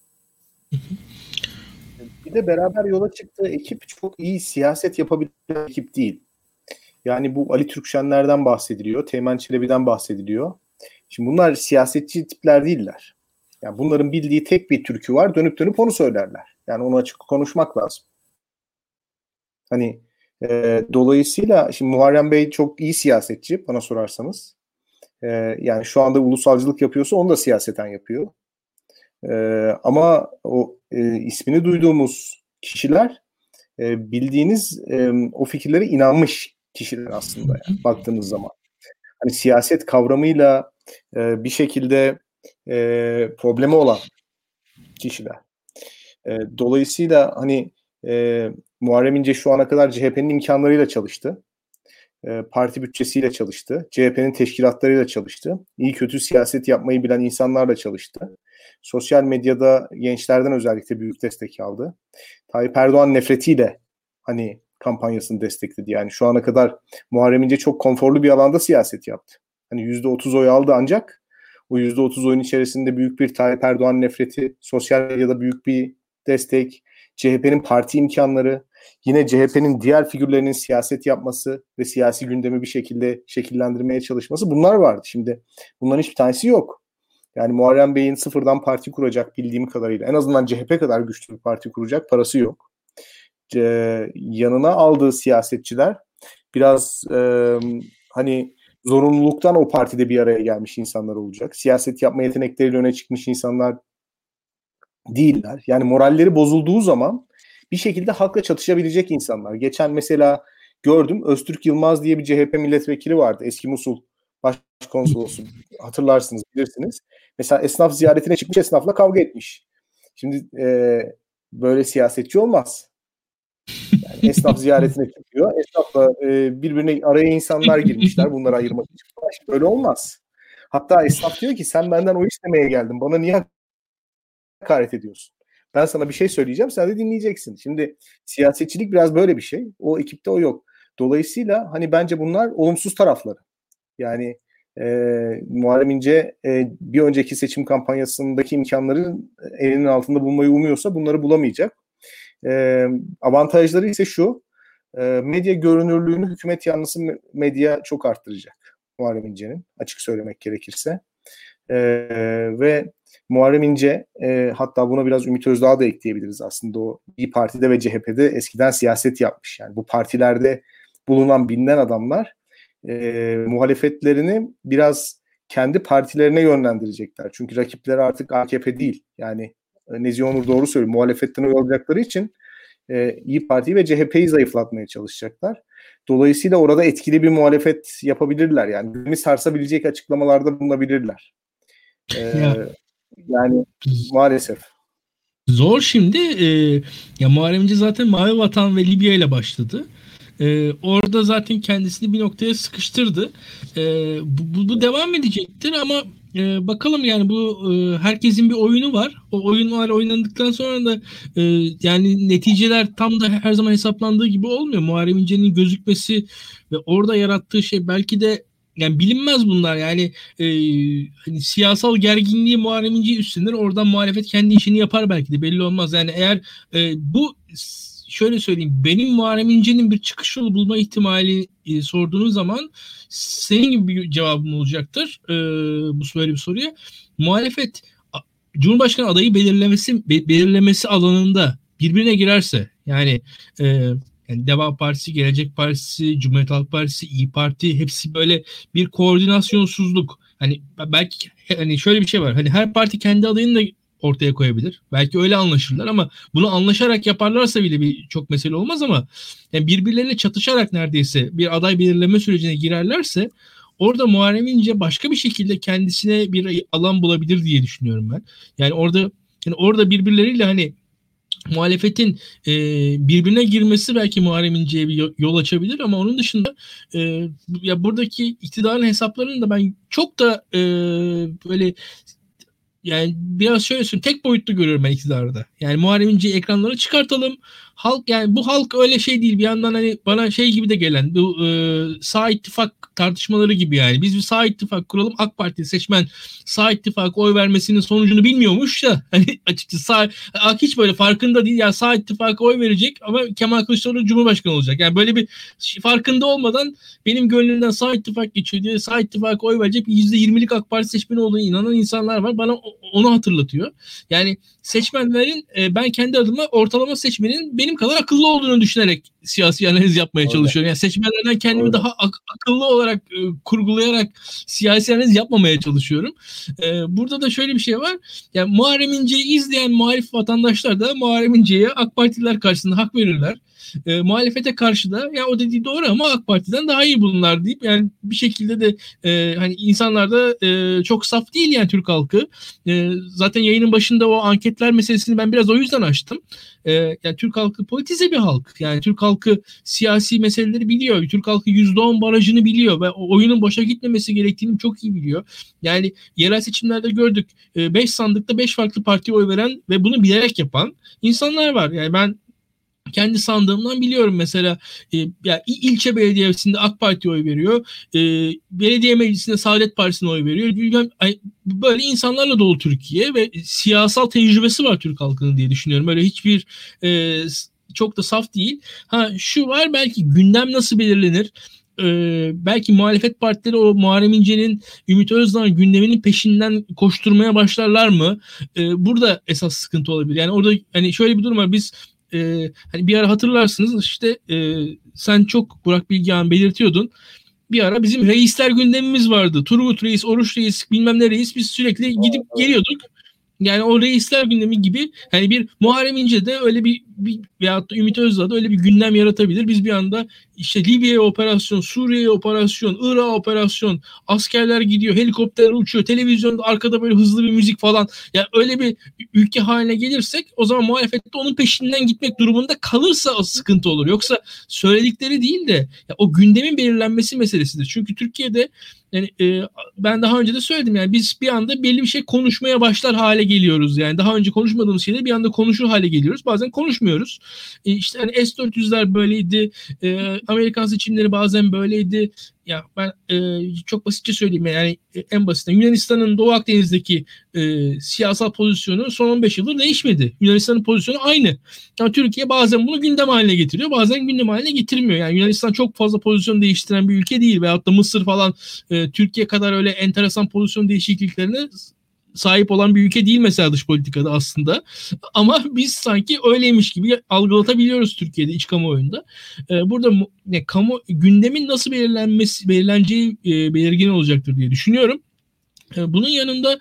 Bir de beraber yola çıktığı ekip çok iyi siyaset yapabilen ekip değil. Yani bu Ali Türkşenler'den bahsediliyor, Teğmen Çelebi'den bahsediliyor. Şimdi bunlar siyasetçi tipler değiller. Yani bunların bildiği tek bir türkü var, dönüp dönüp onu söylerler. Yani onu açık konuşmak lazım. Hani dolayısıyla şimdi Muharrem Bey çok iyi siyasetçi bana sorarsanız. Yani şu anda ulusalcılık yapıyorsa onu da siyaseten yapıyor. Ama o ismini duyduğumuz kişiler bildiğiniz o fikirlere inanmış kişiler aslında yani, baktığınız zaman. Hani siyaset kavramıyla bir şekilde problemi olan kişiler. Dolayısıyla hani Muharrem İnce şu ana kadar CHP'nin imkanlarıyla çalıştı. parti bütçesiyle çalıştı. CHP'nin teşkilatlarıyla çalıştı. İyi kötü siyaset yapmayı bilen insanlarla çalıştı. Sosyal medyada gençlerden özellikle büyük destek aldı. Tayyip Erdoğan nefretiyle hani kampanyasını destekledi. Yani şu ana kadar Muharrem İnce çok konforlu bir alanda siyaset yaptı. Hani %30 oy aldı ancak o %30 oyun içerisinde büyük bir Tayyip Erdoğan nefreti, sosyal medyada büyük bir destek, CHP'nin parti imkanları, yine CHP'nin diğer figürlerinin siyaset yapması ve siyasi gündemi bir şekilde şekillendirmeye çalışması, bunlar vardı. Şimdi bunların hiçbir tanesi yok. Yani Muharrem Bey'in sıfırdan parti kuracak bildiğim kadarıyla, en azından CHP kadar güçlü bir parti kuracak parası yok. Yanına aldığı siyasetçiler biraz hani zorunluluktan o partide bir araya gelmiş insanlar olacak. Siyaset yapma yetenekleriyle öne çıkmış insanlar değiller. Yani moralleri bozulduğu zaman bir şekilde halkla çatışabilecek insanlar. Geçen mesela gördüm, Öztürk Yılmaz diye bir CHP milletvekili vardı. Eski Musul başkonsolosu. Hatırlarsınız, bilirsiniz. Mesela esnaf ziyaretine çıkmış, esnafla kavga etmiş. Şimdi böyle siyasetçi olmaz. Yani esnaf ziyaretine çıkıyor. Esnafla birbirine araya insanlar girmişler. Bunları ayırmak için. Böyle olmaz. Hatta esnaf diyor ki sen benden oy istemeye geldin. Bana niye hakaret ediyorsun? Ben sana bir şey söyleyeceğim. Sen de dinleyeceksin. Şimdi siyasetçilik biraz böyle bir şey. O ekipte o yok. Dolayısıyla hani bence bunlar olumsuz tarafları. Yani Muharrem İnce bir önceki seçim kampanyasındaki imkanları elinin altında bulmayı umuyorsa bunları bulamayacak. Avantajları ise şu: medya görünürlüğünü hükümet yanlısı medya çok arttıracak Muharrem İnce'nin, açık söylemek gerekirse. Ve Muharrem İnce, hatta buna biraz Ümit Özdağ da ekleyebiliriz aslında, o İYİ Parti'de ve CHP'de eskiden siyaset yapmış. Yani bu partilerde bulunan bilinen adamlar muhalefetlerini biraz kendi partilerine yönlendirecekler. Çünkü rakipleri artık AKP değil. Yani Nezih Onur doğru söylüyor. Muhalefetten oy alacakları için İYİ Parti'yi ve CHP'yi zayıflatmaya çalışacaklar. Dolayısıyla orada etkili bir muhalefet yapabilirler. Yani gündemi sarsabilecek açıklamalarda bulunabilirler. Yani maalesef. Zor şimdi. Ya Muharrem İnce zaten Mavi Vatan ve Libya ile başladı. Orada zaten kendisini bir noktaya sıkıştırdı. Bu devam edecektir ama bakalım, yani bu herkesin bir oyunu var. O oyunlar oynandıktan sonra da yani neticeler tam da her zaman hesaplandığı gibi olmuyor. Muharrem İnce'nin gözükmesi ve orada yarattığı şey belki de, yani bilinmez bunlar. Yani hani siyasal gerginliği Muharrem İnce üstlenir. Oradan muhalefet kendi işini yapar belki de, belli olmaz. Yani eğer bu, şöyle söyleyeyim, benim Muharrem İnce'nin bir çıkış yolu bulma ihtimali sorduğunuz zaman senin gibi bir cevabım olacaktır bu böyle bir soruya. Muhalefet Cumhurbaşkanı adayı belirlemesi alanında birbirine girerse, yani yani Deva Partisi, Gelecek Partisi, Cumhuriyet Halk Partisi, İYİ Parti, hepsi böyle bir koordinasyonsuzluk. Hani belki hani şöyle bir şey var. Hani her parti kendi adayını da ortaya koyabilir. Belki öyle anlaşırlar ama bunu anlaşarak yaparlarsa bile bir çok mesele olmaz, ama yani birbirleriyle çatışarak neredeyse bir aday belirleme sürecine girerlerse orada Muharrem İnce başka bir şekilde kendisine bir alan bulabilir diye düşünüyorum ben. Yani orada birbirleriyle hani muhalefetin birbirine girmesi belki Muharrem İnce'ye bir yol açabilir, ama onun dışında ya buradaki iktidarın hesaplarını da ben çok da böyle, yani biraz şöyle söyleyeyim, tek boyutlu görüyorum ben iktidarda. Yani Muharrem İnce'yi ekranlara çıkartalım. Halk, yani bu halk öyle şey değil. Bir yandan hani bana şey gibi de gelen bu sağ ittifak tartışmaları gibi yani. Biz bir sağ ittifak kuralım. AK Parti seçmen sağ ittifak oy vermesinin sonucunu bilmiyormuş da hani açıkçası hiç böyle farkında değil. Yani sağ ittifaka oy verecek ama Kemal Kılıçdaroğlu Cumhurbaşkanı olacak. Yani böyle bir farkında olmadan benim gönlümden sağ ittifak geçiyor diye sağ ittifaka oy verecek %20'lik AK Parti seçmeni olduğunu inanan insanlar var. Bana onu hatırlatıyor. Yani seçmenlerin ben kendi adıma ortalama seçmenin benim kadar akıllı olduğunu düşünerek siyasi analiz yapmaya çalışıyorum. Yani seçmenlerden kendimi daha akıllı olarak kurgulayarak siyasi analiz yapmamaya çalışıyorum. Burada da şöyle bir şey var. Yani Muharrem İnce'yi izleyen muhalif vatandaşlar da Muharrem İnce'ye AK Partililer karşısında hak verirler. muhalefete karşı da ya o dediği doğru ama AK Parti'den daha iyi bunlar deyip yani bir şekilde de hani insanlar da çok saf değil yani Türk halkı. Zaten yayının başında o anketler meselesini ben biraz o yüzden açtım. Yani Türk halkı politize bir halk. Yani Türk halkı siyasi meseleleri biliyor. Türk halkı %10 barajını biliyor ve o oyunun boşa gitmemesi gerektiğini çok iyi biliyor. Yani yerel seçimlerde gördük. 5 sandıkta 5 farklı partiye oy veren ve bunu bilerek yapan insanlar var. Yani ben kendi sandığımdan biliyorum mesela ya ilçe belediyesinde AK Parti'ye oy veriyor. Belediye meclisinde Saadet Partisi'ne oy veriyor. Böyle insanlarla dolu Türkiye ve siyasal tecrübesi var Türk halkının diye düşünüyorum. Böyle hiçbir çok da saf değil. Ha şu var belki gündem nasıl belirlenir? Belki muhalefet partileri o Muharrem İnce'nin, Ümit Özdağ'ın gündeminin peşinden koşturmaya başlarlar mı? Burada esas sıkıntı olabilir. Yani orada hani şöyle bir durum var. Biz hani bir ara hatırlarsınız işte sen çok Burak Bilgehan belirtiyordun. Bir ara bizim reisler gündemimiz vardı. Turgut Reis, Oruç Reis, bilmem ne reis biz sürekli gidip geliyorduk. Yani o reisler gündemi gibi hani bir Muharrem İnce de öyle bir veyahut da Ümit Özdağ da öyle bir gündem yaratabilir. Biz bir anda işte Libya'ya operasyon, Suriye'ye operasyon, Irak'a operasyon, askerler gidiyor, helikopterler uçuyor, televizyonda arkada böyle hızlı bir müzik falan. Yani öyle bir ülke haline gelirsek o zaman muhalefette onun peşinden gitmek durumunda kalırsa o sıkıntı olur. Yoksa söyledikleri değil de ya o gündemin belirlenmesi meselesidir. Çünkü Türkiye'de yani ben daha önce de söyledim yani biz bir anda belli bir şey konuşmaya başlar hale geliyoruz. Yani daha önce konuşmadığımız şeyleri bir anda konuşur hale geliyoruz. Bazen konuşmuyoruz. İşte hani S-400'ler böyleydi. Amerikan seçimleri bazen böyleydi. Ya ben çok basitçe söyleyeyim yani en basitten Yunanistan'ın Doğu Akdeniz'deki siyasal pozisyonu son 15 yıldır değişmedi. Yunanistan'ın pozisyonu aynı. Yani Türkiye bazen bunu gündem haline getiriyor, bazen gündem haline getirmiyor. Yani Yunanistan çok fazla pozisyon değiştiren bir ülke değil veyahut da Mısır falan Türkiye kadar öyle enteresan pozisyon değişikliklerine sahip olan bir ülke değil mesela dış politikada aslında. Ama biz sanki öyleymiş gibi algılatabiliyoruz Türkiye'de iç kamuoyunda. Burada kamu gündemin nasıl belirleneceği belirgin olacaktır diye düşünüyorum. Bunun yanında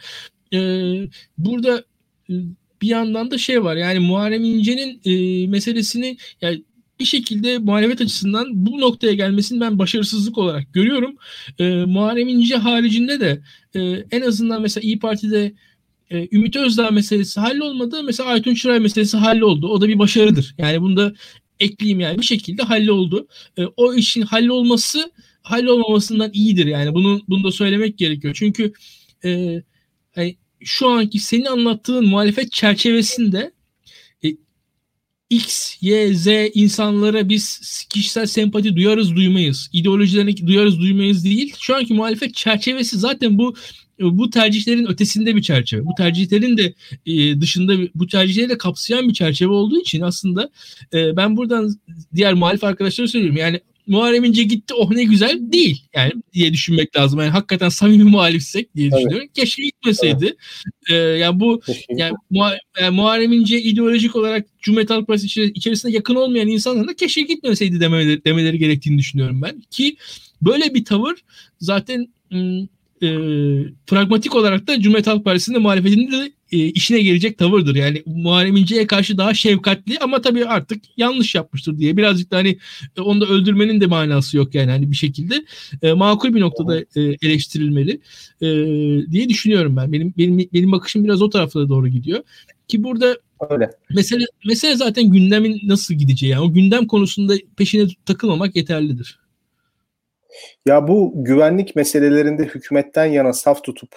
burada bir yandan da şey var yani Muharrem İnce'nin meselesini yani bir şekilde muhalefet açısından bu noktaya gelmesini ben başarısızlık olarak görüyorum. Muharrem İnce haricinde de en azından mesela İYİ Parti'de Ümit Özdağ meselesi hallolmadı. Mesela Aytun Çıray meselesi halloldu. O da bir başarıdır. Yani bunu da ekleyeyim yani bir şekilde halloldu. O işin hallolmamasından iyidir yani. Bunu da söylemek gerekiyor. Çünkü hani şu anki senin anlattığın muhalefet çerçevesinde X, Y, Z insanlara biz kişisel sempati duyarız duymayız. İdeolojilerine duyarız duymayız değil. Şu anki muhalefet çerçevesi zaten bu tercihlerin ötesinde bir çerçeve. Bu tercihlerin de dışında bu tercihleri de kapsayan bir çerçeve olduğu için aslında ben buradan diğer muhalif arkadaşlara söylüyorum. Yani Muharrem İnce gitti oh ne güzel değil yani diye düşünmek lazım. Yani hakikaten samimi muhalifsek diye düşünüyorum. Evet. Keşke gitmeseydi. Evet. Yani bu yani Muharrem İnce ideolojik olarak Cumhuriyet Halk Partisi içerisinde yakın olmayan insanların da keşke gitmeseydi demeleri gerektiğini düşünüyorum ben. Ki böyle bir tavır zaten pragmatik olarak da Cumhuriyet Halk Partisi'nin muhalefetinin de işine gelecek tavırdır. Yani Muharrem İnce'ye karşı daha şefkatli ama tabii artık yanlış yapmıştır diye. Birazcık da hani onu da öldürmenin de manası yok yani hani bir şekilde makul bir noktada eleştirilmeli diye düşünüyorum ben. Benim bakışım biraz o taraflara doğru gidiyor. Ki burada öyle. Mesele zaten gündemin nasıl gideceği. Yani o gündem konusunda peşine takılmamak yeterlidir. Ya bu güvenlik meselelerinde hükümetten yana saf tutup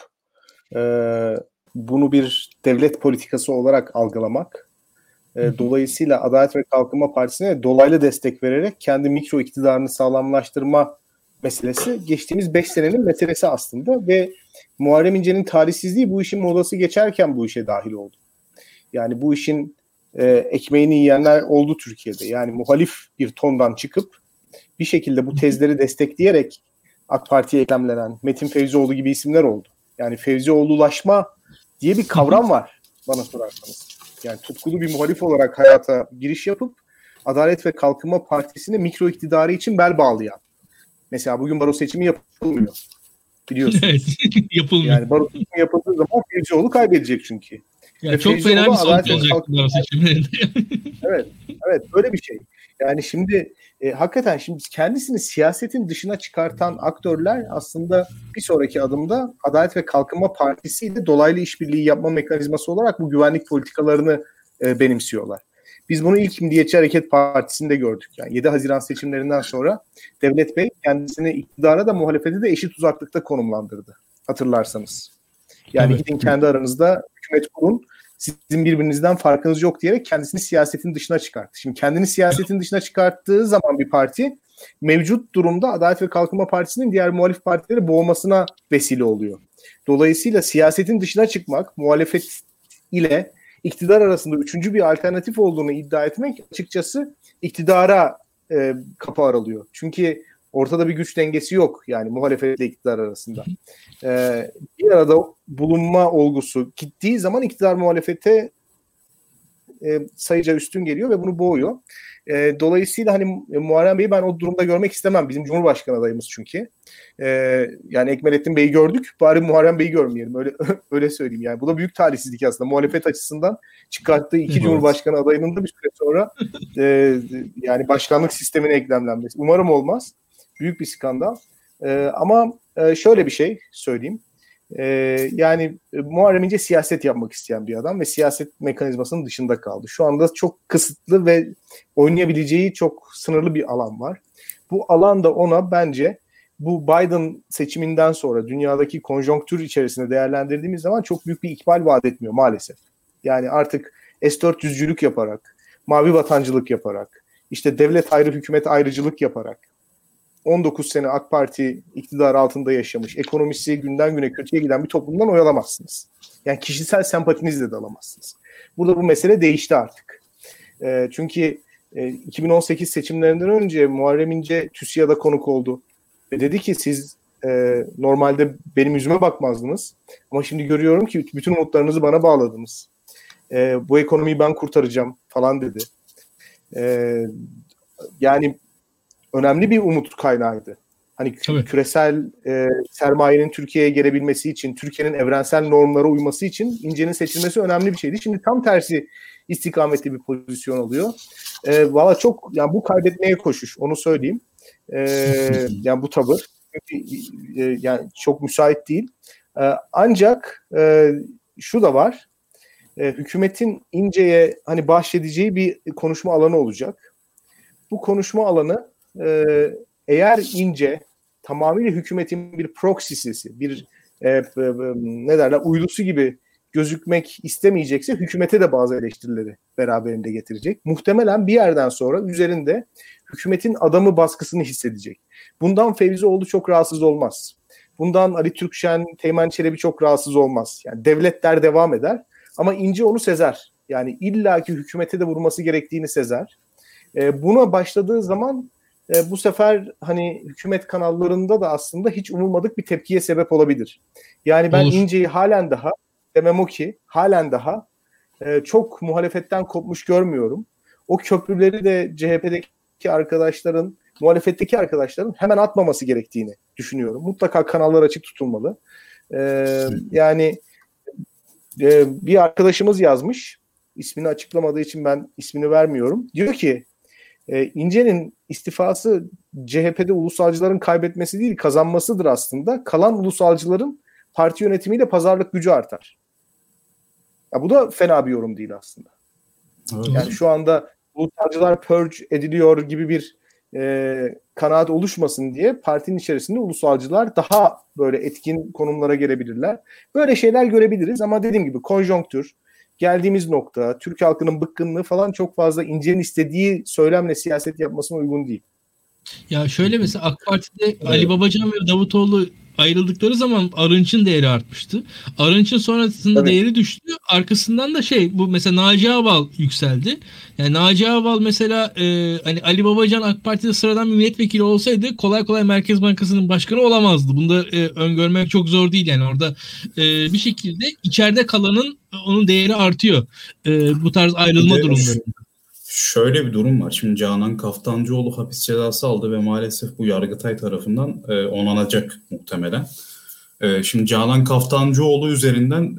bunu bir devlet politikası olarak algılamak, dolayısıyla Adalet ve Kalkınma Partisi'ne dolaylı destek vererek kendi mikro iktidarını sağlamlaştırma meselesi geçtiğimiz 5 senenin meselesi aslında ve Muharrem İnce'nin talihsizliği bu işin modası geçerken bu işe dahil oldu. Yani bu işin ekmeğini yiyenler oldu Türkiye'de. Yani muhalif bir tondan çıkıp bir şekilde bu tezleri destekleyerek AK Parti'ye eklemlenen Metin Fevzioğlu gibi isimler oldu. Yani Fevzioğlulaşma diye bir kavram var bana sorarsanız. Yani tutkulu bir muhalif olarak hayata giriş yapıp Adalet ve Kalkınma Partisi'ne mikro iktidarı için bel bağlayan. Mesela bugün baro seçimi yapılmıyor. Biliyorsunuz. Evet, yapılmıyor. Yani baro seçimi yapıldığı zaman Fevzioğlu kaybedecek çünkü. Ya çok fena bir sonuç olacak baro seçimlerinde. Evet, böyle bir şey. Yani şimdi hakikaten şimdi kendisini siyasetin dışına çıkartan aktörler aslında bir sonraki adımda Adalet ve Kalkınma Partisi ile dolaylı işbirliği yapma mekanizması olarak bu güvenlik politikalarını benimsiyorlar. Biz bunu ilk Milliyetçi Hareket Partisi'nde gördük. Yani 7 Haziran seçimlerinden sonra Devlet Bey kendisini iktidara da muhalefete de eşit uzaklıkta konumlandırdı. Hatırlarsanız. Yani Evet. gidin kendi aranızda hükümet kurun. Sizin birbirinizden farkınız yok diyerek kendisini siyasetin dışına çıkarttı. Şimdi kendini siyasetin dışına çıkarttığı zaman bir parti mevcut durumda Adalet ve Kalkınma Partisi'nin diğer muhalif partileri boğmasına vesile oluyor. Dolayısıyla siyasetin dışına çıkmak, muhalefet ile iktidar arasında üçüncü bir alternatif olduğunu iddia etmek açıkçası iktidara kapı aralıyor. Çünkü ortada bir güç dengesi yok yani muhalefetle iktidar arasında. Bir arada bulunma olgusu gittiği zaman iktidar muhalefete sayıca üstün geliyor ve bunu boğuyor. Dolayısıyla hani Muharrem Bey'i ben o durumda görmek istemem. Bizim Cumhurbaşkanı adayımız çünkü. Yani Ekmelettin Bey'i gördük. Bari Muharrem Bey'i görmeyelim. Öyle söyleyeyim. Yani bu da büyük talihsizlik aslında. Muhalefet açısından çıkarttığı iki Cumhurbaşkanı adayının da bir süre sonra yani başkanlık sistemine eklemlenmesi. Umarım olmaz. Büyük bir skandal. Ama şöyle bir şey söyleyeyim. Yani Muharrem İnce siyaset yapmak isteyen bir adam ve siyaset mekanizmasının dışında kaldı. Şu anda çok kısıtlı ve oynayabileceği çok sınırlı bir alan var. Bu alan da ona bence bu Biden seçiminden sonra dünyadaki konjonktür içerisinde değerlendirdiğimiz zaman çok büyük bir ikbal vaat etmiyor maalesef. Yani artık S-400'cülük yaparak, mavi vatancılık yaparak, işte devlet ayrı hükümet ayrıcılık yaparak 19 sene AK Parti iktidar altında yaşamış, ekonomisi günden güne kötüye giden bir toplumdan oy alamazsınız. Yani kişisel sempatinizle de alamazsınız. Burada bu mesele değişti artık. Çünkü 2018 seçimlerinden önce Muharrem İnce TÜSİAD'a konuk oldu. Ve dedi ki siz normalde benim yüzüme bakmazdınız. Ama şimdi görüyorum ki bütün umutlarınızı bana bağladınız. Bu ekonomiyi ben kurtaracağım falan dedi. Yani önemli bir umut kaynağıydı. Hani küresel sermayenin Türkiye'ye gelebilmesi için, Türkiye'nin evrensel normlara uyması için İnce'nin seçilmesi önemli bir şeydi. Şimdi tam tersi istikametli bir pozisyon alıyor. Valla çok yani bu kaybetmeye koşuş, onu söyleyeyim. Yani bu tavır yani çok müsait değil. Ancak şu da var. Hükümetin İnce'ye hani bahşedeceği bir konuşma alanı olacak. Bu konuşma alanı eğer İnce tamamıyla hükümetin bir proxy'si, bir ne derler uydusu gibi gözükmek istemeyecekse hükümete de bazı eleştirileri beraberinde getirecek. Muhtemelen bir yerden sonra üzerinde hükümetin adamı baskısını hissedecek. Bundan Fevzioğlu çok rahatsız olmaz. Bundan Ali Türkşen, Teğmen Çelebi çok rahatsız olmaz. Yani devletler devam eder ama İnce onu sezer. Yani illaki hükümete de vurması gerektiğini sezer. Buna başladığı zaman bu sefer hani hükümet kanallarında da aslında hiç umulmadık bir tepkiye sebep olabilir. Yani ben İnce'yi halen daha demem o ki halen daha çok muhalefetten kopmuş görmüyorum. O köprüleri de CHP'deki arkadaşların, muhalefetteki arkadaşların hemen atmaması gerektiğini düşünüyorum. Mutlaka kanallar açık tutulmalı. Yani bir arkadaşımız yazmış. İsmini açıklamadığı için ben ismini vermiyorum. Diyor ki İnce'nin istifası CHP'de ulusalcıların kaybetmesi değil kazanmasıdır aslında. Kalan ulusalcıların parti yönetimiyle pazarlık gücü artar. Ya bu da fena bir yorum değil aslında. Evet. Yani şu anda ulusalcılar purge ediliyor gibi bir kanaat oluşmasın diye partinin içerisinde ulusalcılar daha böyle etkin konumlara gelebilirler. Böyle şeyler görebiliriz ama dediğim gibi konjonktür, geldiğimiz nokta, Türk halkının bıkkınlığı falan çok fazla İnce'nin istediği söylemle siyaset yapmasına uygun değil. Ya şöyle mesela AK Parti'de Ali Babacan ve Davutoğlu ayrıldıkları zaman Arınç'ın değeri artmıştı. Arınç'ın sonrasında değeri düştü. Arkasından da bu mesela Naci Ağbal yükseldi. Yani Naci Ağbal mesela hani Ali Babacan AK Parti'de sıradan bir milletvekili olsaydı kolay kolay Merkez Bankası'nın başkanı olamazdı. Bunda öngörmek çok zor değil yani orada bir şekilde içeride kalanın onun değeri artıyor. Bu tarz ayrılma durumları. Şöyle bir durum var. Şimdi Canan Kaftancıoğlu hapis cezası aldı ve maalesef bu Yargıtay tarafından onanacak muhtemelen. Şimdi Canan Kaftancıoğlu üzerinden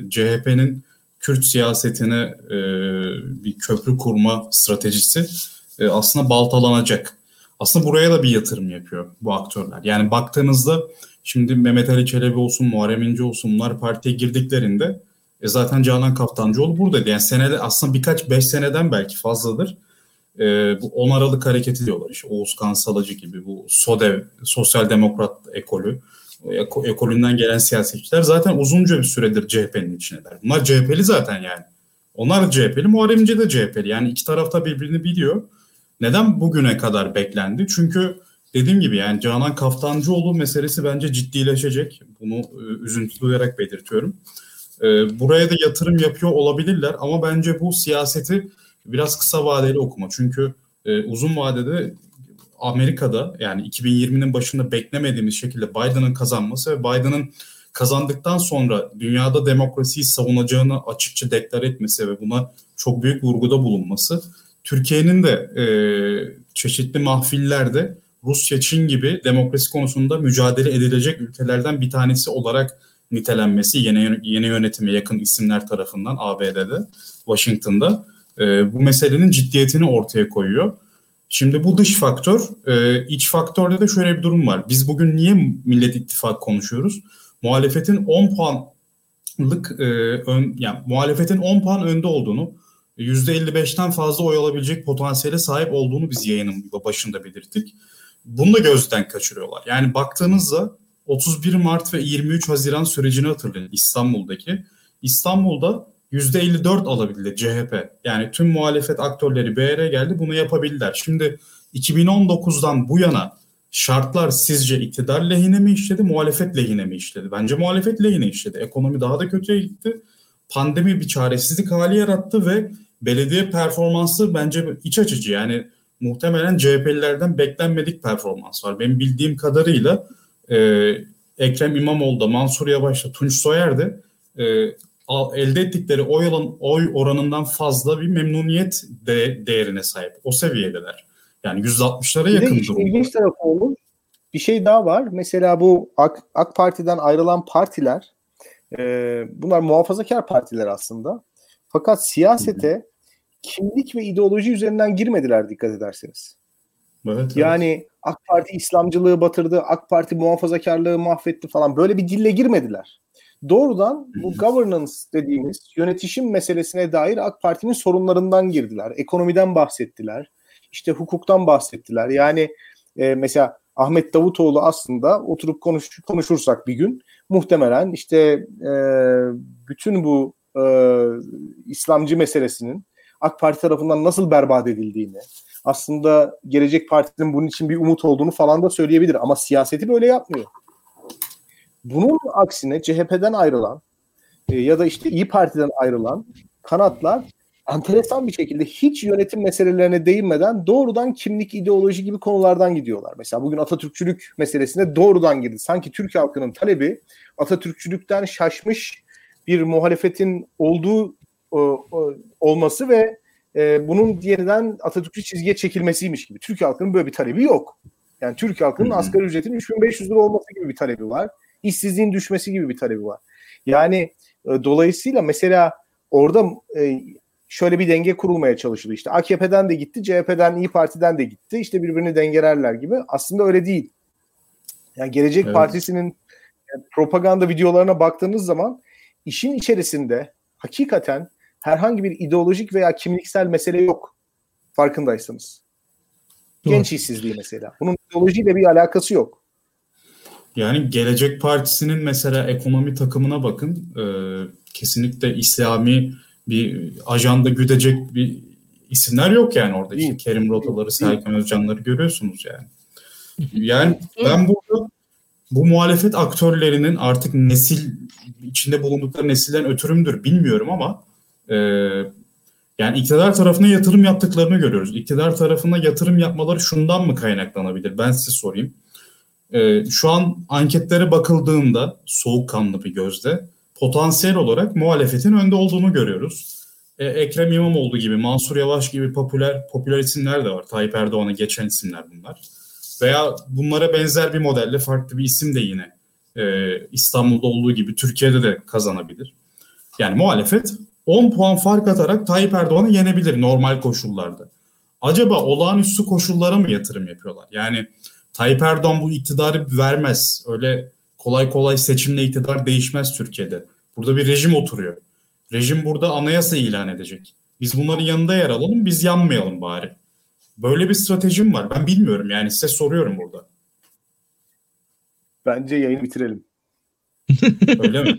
CHP'nin Kürt siyasetine bir köprü kurma stratejisi aslında baltalanacak. Aslında buraya da bir yatırım yapıyor bu aktörler. Yani baktığınızda şimdi Mehmet Ali Çelebi olsun, Muharrem İnce olsun, bunlar partiye girdiklerinde zaten Canan Kaftancıoğlu buradaydı. Yani senede aslında 5 seneden belki fazladır. Bu 10 Aralık hareketi diyorlar. İşte Oğuzkan Salacı gibi bu SODEV, Sosyal Demokrat ekolü, ekolünden gelen siyasetçiler zaten uzunca bir süredir CHP'nin içindeler. Bunlar CHP'li zaten yani. Onlar CHP'li, Muharrem İnce de CHP'li. Yani iki tarafta birbirini biliyor. Neden bugüne kadar beklendi? Çünkü dediğim gibi yani Canan Kaftancıoğlu meselesi bence ciddileşecek. Bunu üzüntü duyarak belirtiyorum. Buraya da yatırım yapıyor olabilirler ama bence bu siyaseti biraz kısa vadeli okuma. Çünkü uzun vadede Amerika'da yani 2020'nin başında beklemediğimiz şekilde Biden'ın kazanması ve Biden'ın kazandıktan sonra dünyada demokrasiyi savunacağını açıkça deklare etmesi ve buna çok büyük vurguda bulunması, Türkiye'nin de çeşitli mahfillerde Rusya, Çin gibi demokrasi konusunda mücadele edilecek ülkelerden bir tanesi olarak nitelenmesi yeni yönetime yakın isimler tarafından ABD'de, Washington'da bu meselenin ciddiyetini ortaya koyuyor. Şimdi bu dış faktör, iç faktörde de şöyle bir durum var. Biz bugün niye Millet İttifakı konuşuyoruz? Muhalefetin 10 puanlık yani muhalefetin 10 puan önde olduğunu, %55'ten fazla oy alabilecek potansiyele sahip olduğunu biz yayının başında belirttik. Bunu da gözden kaçırıyorlar. Yani baktığınızda 31 Mart ve 23 Haziran sürecini hatırlayın İstanbul'daki. İstanbul'da %54 alabildi CHP. Yani tüm muhalefet aktörleri bir araya geldi, bunu yapabildiler. Şimdi 2019'dan bu yana şartlar sizce iktidar lehine mi işledi, muhalefet lehine mi işledi? Bence muhalefet lehine işledi. Ekonomi daha da kötüye gitti. Pandemi bir çaresizlik hali yarattı ve belediye performansı bence iç açıcı. Yani muhtemelen CHP'lilerden beklenmedik performans var. Benim bildiğim kadarıyla Ekrem İmamoğlu'da, Mansur Yavaş'ta, Tunç Soyer'de elde ettikleri oy oranından fazla bir memnuniyet değerine sahip. O seviyedeler. Yani %60'lara yakın durumda. İlginç tarafı olur. Bir şey daha var. Mesela bu AK Parti'den ayrılan partiler, bunlar muhafazakar partiler aslında. Fakat siyasete kimlik ve ideoloji üzerinden girmediler dikkat ederseniz. Evet, yani AK Parti İslamcılığı batırdı, AK Parti muhafazakarlığı mahvetti falan, böyle bir dille girmediler. Doğrudan bu governance dediğimiz yönetişim meselesine dair AK Parti'nin sorunlarından girdiler. Ekonomiden bahsettiler. İşte hukuktan bahsettiler. Yani mesela Ahmet Davutoğlu aslında oturup konuşursak bir gün muhtemelen işte bütün bu İslamcı meselesinin AK Parti tarafından nasıl berbat edildiğini, aslında Gelecek Parti'nin bunun için bir umut olduğunu falan da söyleyebilir. Ama siyaseti böyle yapmıyor. Bunun aksine CHP'den ayrılan ya da işte İYİ Parti'den ayrılan kanatlar enteresan bir şekilde hiç yönetim meselelerine değinmeden doğrudan kimlik, ideoloji gibi konulardan gidiyorlar. Mesela bugün Atatürkçülük meselesine doğrudan girdi. Sanki Türk halkının talebi Atatürkçülükten şaşmış bir muhalefetin olması ve bunun yeniden Atatürkçü çizgiye çekilmesiymiş gibi. Türk halkının böyle bir talebi yok. Yani Türk halkının asgari ücretin 3.500 lira olması gibi bir talebi var. İşsizliğin düşmesi gibi bir talebi var. Yani dolayısıyla mesela orada şöyle bir denge kurulmaya çalışıldı. İşte AKP'den de gitti, CHP'den, İYİ Parti'den de gitti. İşte birbirini dengelerler gibi. Aslında öyle değil. Yani Gelecek Partisi'nin propaganda videolarına baktığınız zaman işin içerisinde hakikaten herhangi bir ideolojik veya kimliksel mesele yok. Farkındaysanız. Genç işsizliği mesela. Bunun ideolojiyle bir alakası yok. Yani Gelecek Partisi'nin mesela ekonomi takımına bakın. Kesinlikle İslami bir ajanda güdecek bir isimler yok yani orada. İşte Kerim Rotaları, Serkan Özcanları görüyorsunuz yani. Yani ben burada bu muhalefet aktörlerinin artık içinde bulundukları nesilden ötürü müdür bilmiyorum ama yani iktidar tarafına yatırım yaptıklarını görüyoruz. İktidar tarafına yatırım yapmaları şundan mı kaynaklanabilir? Ben size sorayım. Şu an anketlere bakıldığında soğukkanlı bir gözle potansiyel olarak muhalefetin önde olduğunu görüyoruz. Ekrem İmamoğlu gibi, Mansur Yavaş gibi popüler isimler de var. Tayyip Erdoğan'a geçen isimler bunlar. Veya bunlara benzer bir modelle farklı bir isim de yine İstanbul'da olduğu gibi Türkiye'de de kazanabilir. Yani muhalefet 10 puan fark atarak Tayyip Erdoğan'ı yenebilir normal koşullarda. acaba olağanüstü koşullara mı yatırım yapıyorlar? Yani Tayyip Erdoğan bu iktidarı vermez. Öyle kolay kolay seçimle iktidar değişmez Türkiye'de. Burada bir rejim oturuyor. Rejim burada anayasa ilan edecek. Biz bunların yanında yer alalım, biz yanmayalım bari. Böyle bir stratejim var. Ben bilmiyorum yani, size soruyorum burada. Bence yayını bitirelim. Öyle mi?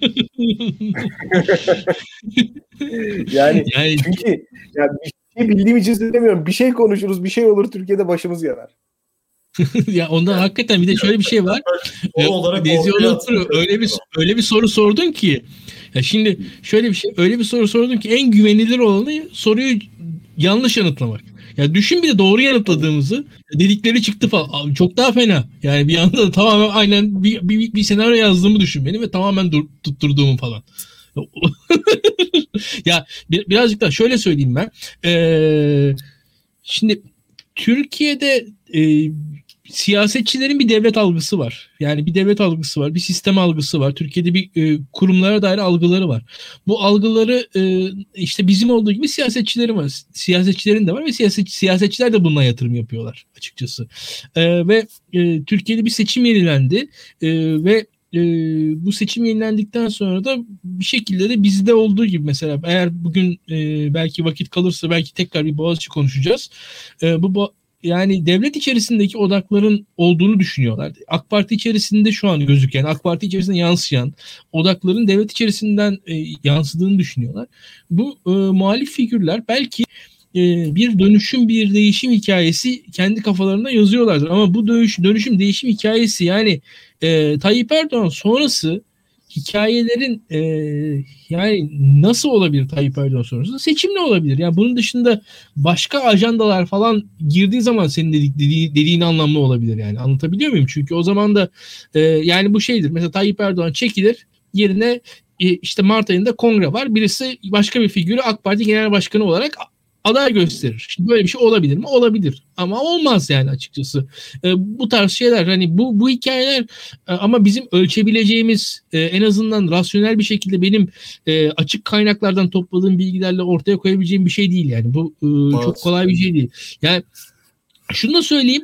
Yani çünkü ya bir şey bildiğim için söylemiyorum. Bir şey konuşuruz, bir şey olur, Türkiye'de başımız yanar. Ya ondan hakikaten bir de şöyle bir şey var. Öyle bir soru sordun ki. Ya şimdi şöyle bir şey, öyle bir soru sordun ki en güvenilir olanı soruyu yanlış yanıtlamak. Ya düşün, bir de doğru yanıtladığımızı, dedikleri çıktı falan. Abi çok daha fena. Yani bir anda da tamamen aynen bir senaryo yazdığımı düşün benim ve tamamen tutturduğumu falan. Ya birazcık daha şöyle söyleyeyim ben. Şimdi Türkiye'de siyasetçilerin bir devlet algısı var. Yani bir devlet algısı var, bir sistem algısı var. Türkiye'de bir kurumlara dair algıları var. Bu algıları işte bizim olduğu gibi siyasetçilerin var. Siyasetçilerin de var ve siyasetçiler de bununla yatırım yapıyorlar açıkçası. Ve Türkiye'de bir seçim yenilendi ve bu seçim yenilendikten sonra da bir şekilde de bizde olduğu gibi, mesela eğer bugün belki vakit kalırsa belki tekrar bir Boğaziçi konuşacağız. Yani devlet içerisindeki odakların olduğunu düşünüyorlar. AK Parti içerisinde şu an gözüken, AK Parti içerisinde yansıyan odakların devlet içerisinden yansıdığını düşünüyorlar. Bu muhalif figürler belki bir dönüşüm, bir değişim hikayesi kendi kafalarında yazıyorlardır. Ama bu dönüşüm, değişim hikayesi, yani Tayyip Erdoğan sonrası hikayelerin yani nasıl olabilir Tayyip Erdoğan sonrası? Seçimle olabilir. Yani bunun dışında başka ajandalar falan girdiği zaman senin dediğin anlamlı olabilir yani. Anlatabiliyor muyum? Çünkü o zaman da yani bu şeydir. Mesela Tayyip Erdoğan çekilir, yerine işte Mart ayında kongre var. Birisi, başka bir figürü AK Parti Genel Başkanı olarak aday gösterir. Şimdi böyle bir şey olabilir mi? Olabilir. Ama olmaz yani açıkçası. Bu tarz şeyler, hani bu hikayeler ama bizim ölçebileceğimiz, en azından rasyonel bir şekilde benim açık kaynaklardan topladığım bilgilerle ortaya koyabileceğim bir şey değil yani. Bu çok kolay bir şey değil. Yani şunu da söyleyeyim.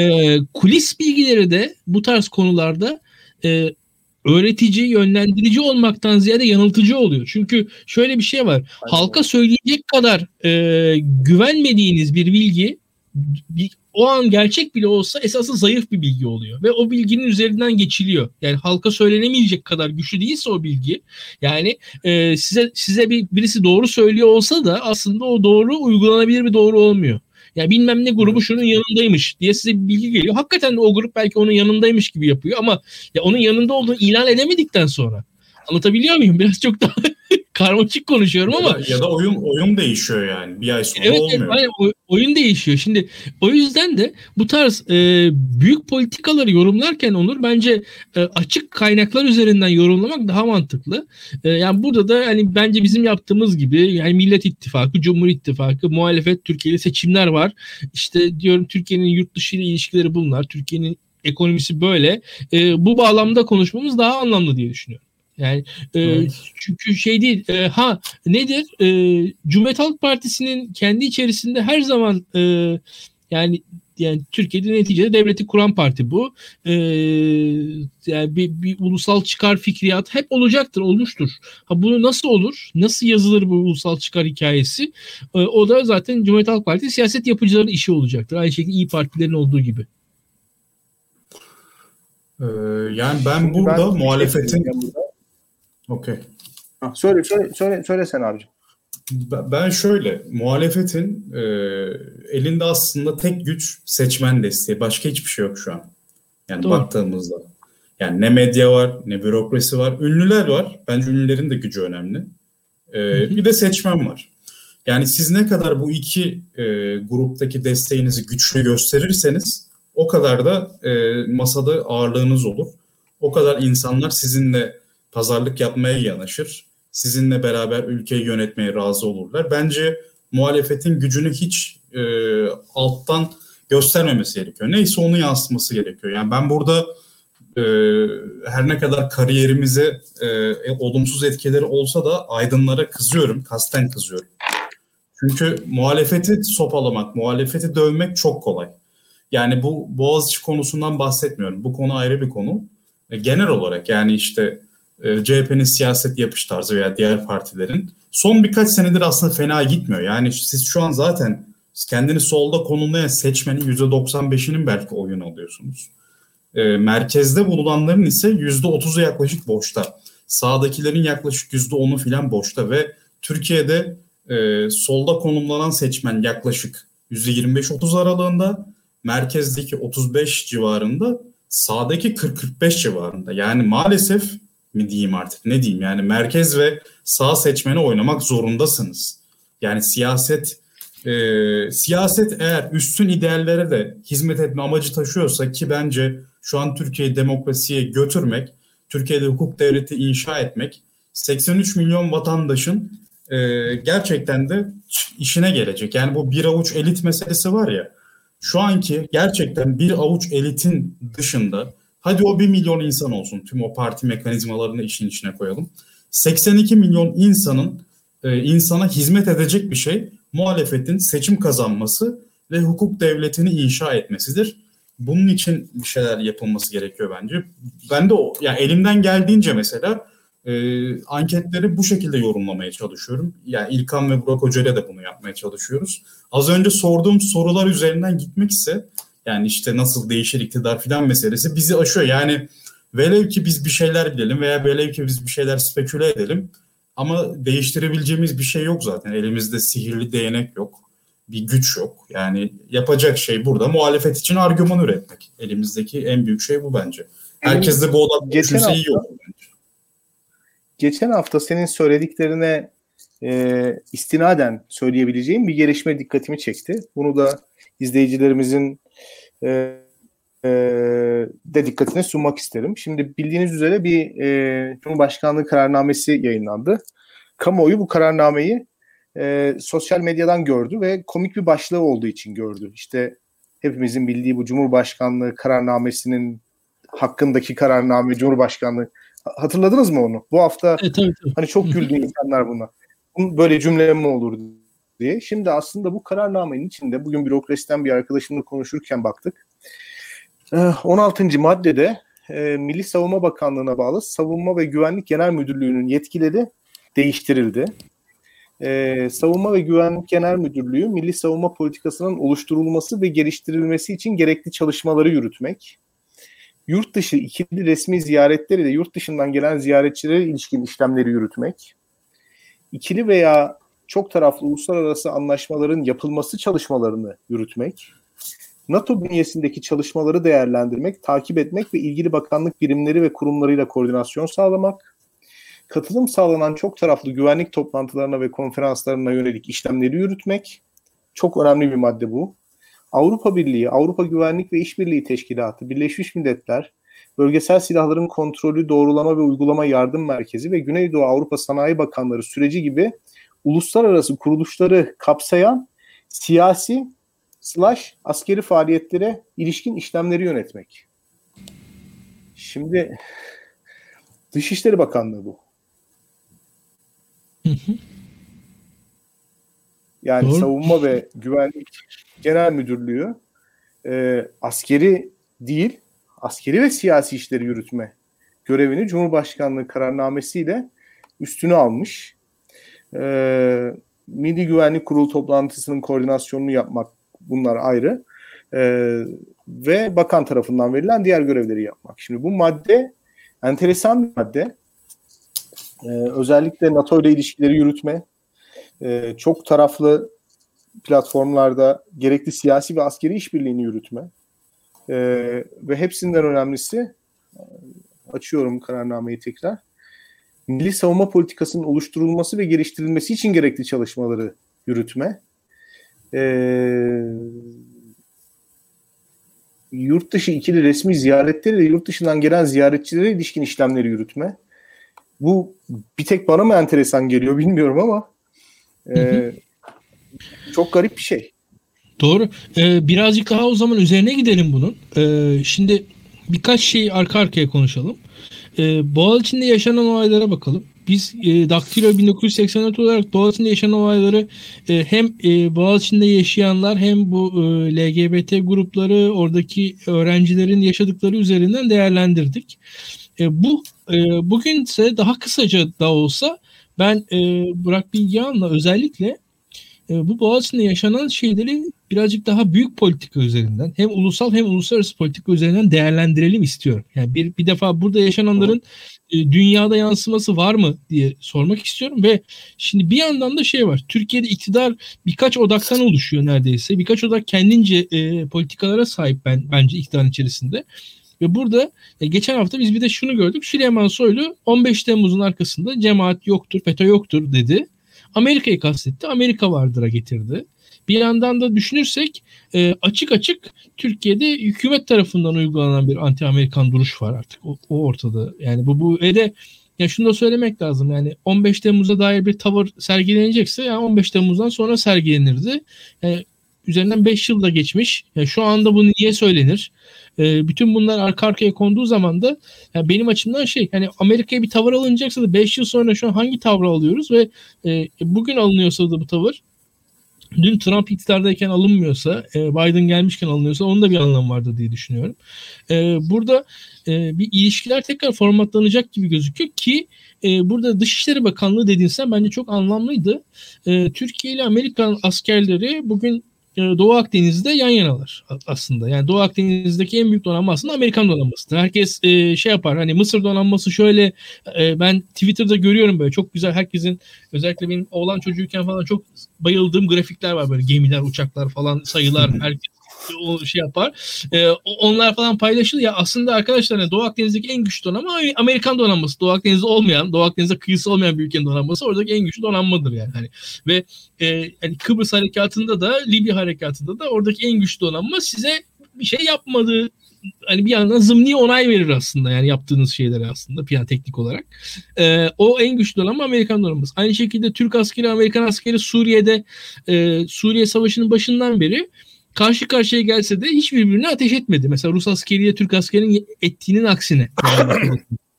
Kulis bilgileri de bu tarz konularda öğretici, yönlendirici olmaktan ziyade yanıltıcı oluyor. Çünkü şöyle bir şey var. Halka söyleyecek kadar güvenmediğiniz bir bilgi, o an gerçek bile olsa esasında zayıf bir bilgi oluyor. Ve o bilginin üzerinden geçiliyor. Yani halka söylenemeyecek kadar güçlü değilse o bilgi, yani size birisi doğru söylüyor olsa da aslında o doğru uygulanabilir bir doğru olmuyor. Ya bilmem ne grubu şunun yanındaymış diye size bir bilgi geliyor. Hakikaten de o grup belki onun yanındaymış gibi yapıyor ama ya onun yanında olduğunu ilan edemedikten sonra, anlatabiliyor muyum? Biraz çok daha karmaşık konuşuyorum ama. Ya da oyun değişiyor yani. Bir ay sonra olmuyor. Evet, oyun değişiyor. Şimdi o yüzden de bu tarz büyük politikaları yorumlarken Onur, bence açık kaynaklar üzerinden yorumlamak daha mantıklı. Yani burada da hani bence bizim yaptığımız gibi, yani Millet İttifakı, Cumhur İttifakı, muhalefet, Türkiye'de seçimler var. İşte diyorum, Türkiye'nin yurt dışı ile ilişkileri bunlar. Türkiye'nin ekonomisi böyle. Bu bağlamda konuşmamız daha anlamlı diye düşünüyorum. Yani çünkü şey değil, nedir? Cumhuriyet Halk Partisi'nin kendi içerisinde her zaman yani Türkiye'de neticede devleti kuran parti bu. Yani bir ulusal çıkar fikriyat hep olacaktır, olmuştur. Bunu nasıl olur? Nasıl yazılır bu ulusal çıkar hikayesi? O da zaten Cumhuriyet Halk Partisi siyaset yapıcıların işi olacaktır. Aynı şekilde İYİ Partilerin olduğu gibi. Yani ben burada muhalefetin... Okey. Söyle sen abicim. Ben şöyle, muhalefetin elinde aslında tek güç seçmen desteği. Başka hiçbir şey yok şu an. Yani baktığımızda. Yani ne medya var, ne bürokrasi var. Ünlüler var. Bence ünlülerin de gücü önemli. Bir de seçmen var. Yani siz ne kadar bu iki gruptaki desteğinizi güçlü gösterirseniz o kadar da masada ağırlığınız olur. O kadar insanlar sizinle pazarlık yapmaya yanaşır. Sizinle beraber ülkeyi yönetmeye razı olurlar. Bence muhalefetin gücünü hiç alttan göstermemesi gerekiyor. Neyse onu yansıtması gerekiyor. Yani ben burada her ne kadar kariyerimize olumsuz etkileri olsa da aydınlara kızıyorum. Kasten kızıyorum. Çünkü muhalefeti sopalamak, muhalefeti dövmek çok kolay. Yani bu Boğaziçi konusundan bahsetmiyorum. Bu konu ayrı bir konu. Genel olarak yani işte CHP'nin siyaset yapış tarzı veya diğer partilerin son birkaç senedir aslında fena gitmiyor. Yani siz şu an zaten kendini solda konumlayan seçmenin %95'inin belki oyunu alıyorsunuz. Merkezde bulunanların ise %30'u yaklaşık boşta. Sağdakilerin yaklaşık %10'u filan boşta ve Türkiye'de solda konumlanan seçmen yaklaşık %25-30 aralığında, merkezdeki 35 civarında, sağdaki 40-45 civarında. Yani maalesef mi diyeyim artık ne diyeyim, yani merkez ve sağ seçmeni oynamak zorundasınız. Yani siyaset eğer üstün ideallere de hizmet etme amacı taşıyorsa, ki bence şu an Türkiye'yi demokrasiye götürmek, Türkiye'de hukuk devleti inşa etmek 83 milyon vatandaşın gerçekten de işine gelecek. Yani bu bir avuç elit meselesi var ya, şu anki gerçekten bir avuç elitin dışında, hadi o 1 milyon insan olsun, tüm o parti mekanizmalarını işin içine koyalım. 82 milyon insana hizmet edecek bir şey muhalefetin seçim kazanması ve hukuk devletini inşa etmesidir. Bunun için bir şeyler yapılması gerekiyor bence. Ben de yani elimden geldiğince mesela anketleri bu şekilde yorumlamaya çalışıyorum. Yani İlkan ve Burak Hoca ile de bunu yapmaya çalışıyoruz. Az önce sorduğum sorular üzerinden gitmek ise, yani işte nasıl değişir iktidar filan meselesi bizi aşıyor. Yani velev ki biz bir şeyler bilelim veya velev ki biz bir şeyler speküle edelim, ama değiştirebileceğimiz bir şey yok zaten. Elimizde sihirli değnek yok, bir güç yok. Yani yapacak şey burada muhalefet için argüman üretmek. Elimizdeki en büyük şey bu bence. Herkes de bu odakta düşünse iyi olur bence. Geçen hafta senin söylediklerine istinaden söyleyebileceğim bir gelişme dikkatimi çekti. Bunu da izleyicilerimizin de dikkatine sunmak isterim. Şimdi bildiğiniz üzere bir Cumhurbaşkanlığı kararnamesi yayınlandı. Kamuoyu bu kararnameyi sosyal medyadan gördü ve komik bir başlığı olduğu için gördü. İşte hepimizin bildiği bu Cumhurbaşkanlığı kararnamesinin hakkındaki kararname, Cumhurbaşkanlığı. Hatırladınız mı onu? Bu hafta tabii. Hani çok güldü insanlar buna. Böyle cümle mi olur diye. Şimdi aslında bu kararnamenin içinde bugün bürokrasiden bir arkadaşımla konuşurken baktık. 16. maddede Milli Savunma Bakanlığı'na bağlı Savunma ve Güvenlik Genel Müdürlüğü'nün yetkileri değiştirildi. Savunma ve Güvenlik Genel Müdürlüğü, milli savunma politikasının oluşturulması ve geliştirilmesi için gerekli çalışmaları yürütmek, yurt dışı ikili resmi ziyaretler ile yurt dışından gelen ziyaretçilere ilişkin işlemleri yürütmek, ikili veya çok taraflı uluslararası anlaşmaların yapılması çalışmalarını yürütmek, NATO bünyesindeki çalışmaları değerlendirmek, takip etmek ve ilgili bakanlık birimleri ve kurumlarıyla koordinasyon sağlamak, katılım sağlanan çok taraflı güvenlik toplantılarına ve konferanslarına yönelik işlemleri yürütmek, çok önemli bir madde bu. Avrupa Birliği, Avrupa Güvenlik ve İşbirliği Teşkilatı, Birleşmiş Milletler, Bölgesel Silahların Kontrolü, Doğrulama ve Uygulama Yardım Merkezi ve Güneydoğu Avrupa Sanayi Bakanları süreci gibi uluslararası kuruluşları kapsayan siyasi / askeri faaliyetlere ilişkin işlemleri yönetmek. Şimdi Dışişleri Bakanlığı bu. Yani Doğru. Savunma ve Güvenlik Genel Müdürlüğü askeri değil, askeri ve siyasi işleri yürütme görevini Cumhurbaşkanlığı kararnamesiyle üstüne almış. Milli Güvenlik Kurulu toplantısının koordinasyonunu yapmak, bunlar ayrı. Ve bakan tarafından verilen diğer görevleri yapmak. Şimdi bu madde enteresan bir madde. Özellikle NATO ile ilişkileri yürütme, çok taraflı platformlarda gerekli siyasi ve askeri işbirliğini yürütme ve hepsinden önemlisi, açıyorum kararnameyi tekrar, milli savunma politikasının oluşturulması ve geliştirilmesi için gerekli çalışmaları yürütme, yurt dışı ikili resmi ziyaretleri ve yurt dışından gelen ziyaretçilere ilişkin işlemleri yürütme. Bu bir tek bana mı enteresan geliyor bilmiyorum ama çok garip bir şey. Doğru. Birazcık daha o zaman üzerine gidelim bunun. Şimdi birkaç şeyi arka arkaya konuşalım. Boğaziçi'nde yaşanan olaylara bakalım. biz Daktilo 1984 olarak Boğaziçi'nde yaşanan olayları hem Boğaziçi'nde yaşayanlar hem bu LGBT grupları, oradaki öğrencilerin yaşadıkları üzerinden değerlendirdik. Bugünse daha kısaca da olsa ben Burak Bilgehan'la özellikle bu Boğaziçi'nde yaşanan şeyleri birazcık daha büyük politika üzerinden hem ulusal hem uluslararası politika üzerinden değerlendirelim istiyorum. Yani bir defa burada yaşananların dünyada yansıması var mı diye sormak istiyorum ve şimdi bir yandan da şey var. Türkiye'de iktidar birkaç odaktan oluşuyor neredeyse. Birkaç odak kendince politikalara sahip bence iktidarın içerisinde. Ve burada geçen hafta biz bir de şunu gördük. Süleyman Soylu 15 Temmuz'un arkasında cemaat yoktur, FETÖ yoktur dedi. Amerika'yı kastetti. Amerika vardır'a getirdi. Bir yandan da düşünürsek açık açık Türkiye'de hükümet tarafından uygulanan bir anti-Amerikan duruş var artık. O ortada. Yani bu ve de ya şunu da söylemek lazım. Yani 15 Temmuz'a dair bir tavır sergilenecekse yani 15 Temmuz'dan sonra sergilenirdi. Yani üzerinden 5 yıl da geçmiş. Yani şu anda bunu niye söylenir? Bütün bunlar arka arkaya konduğu zaman da yani benim açımdan yani Amerika'ya bir tavır alınacaksa da 5 yıl sonra şu an hangi tavrı alıyoruz ve bugün alınıyorsa da bu tavır dün Trump iktidardayken alınmıyorsa Biden gelmişken alınıyorsa onun da bir anlamı vardı diye düşünüyorum. Burada bir ilişkiler tekrar formatlanacak gibi gözüküyor ki burada Dışişleri Bakanlığı dediğinsen bence çok anlamlıydı. Türkiye ile Amerikan askerleri bugün Doğu Akdeniz'de yan yanalar aslında. Yani Doğu Akdeniz'deki en büyük donanma aslında Amerikan donanmasıdır. Herkes şey yapar hani Mısır donanması şöyle ben Twitter'da görüyorum böyle çok güzel herkesin özellikle benim oğlan çocuğuyken falan çok bayıldığım grafikler var böyle gemiler, uçaklar falan sayılar herkes o şey yapar. Onlar falan paylaşılıyor. Ya aslında arkadaşlar yani Doğu Akdeniz'deki en güçlü donanma Amerikan donanması. Doğu Akdeniz'de olmayan, Doğu Akdeniz'de kıyısı olmayan bir ülkenin donanması oradaki en güçlü donanmadır yani. Hani ve yani Kıbrıs harekatında da Libya harekatında da oradaki en güçlü donanma size bir şey yapmadığı hani bir yandan zımni onay verir aslında yani yaptığınız şeylere aslında yani teknik olarak. O en güçlü donanma Amerikan donanması. Aynı şekilde Türk askeri, Amerikan askeri Suriye'de Suriye Savaşı'nın başından beri karşı karşıya gelse de hiçbirbirine ateş etmedi. Mesela Rus askeriyle Türk askerinin ettiğinin aksine. Yani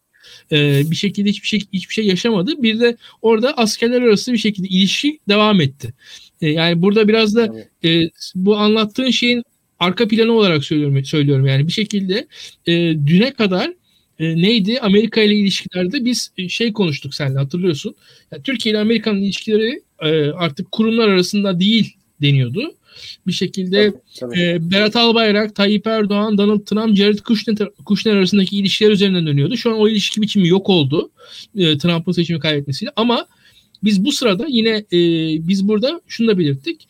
bir şekilde hiçbir şey yaşamadı. Bir de orada askerler arası bir şekilde ilişki devam etti. Yani burada biraz da bu anlattığın şeyin arka planı olarak söylüyorum. Yani bir şekilde düne kadar neydi? Amerika ile ilişkilerde biz şey konuştuk seninle hatırlıyorsun. Yani Türkiye ile Amerikan ilişkileri artık kurumlar arasında değil deniyordu. Bir şekilde tabii. Berat Albayrak, Tayyip Erdoğan, Donald Trump, Jared Kushner arasındaki ilişkiler üzerinden dönüyordu. Şu an o ilişki biçimi yok oldu. Trump'ın seçimi kaybetmesiyle. Ama biz bu sırada yine biz burada şunu da belirttik.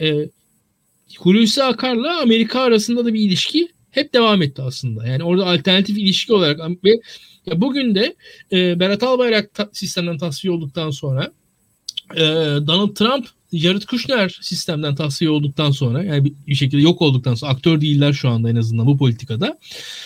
Hulusi Akar'la Amerika arasında da bir ilişki hep devam etti aslında. Yani orada alternatif ilişki olarak ve bugün de Berat Albayrak sistemden tasfiye olduktan sonra Donald Trump Jared Kushner sistemden tasfiye olduktan sonra yani bir şekilde yok olduktan sonra aktör değiller şu anda en azından bu politikada.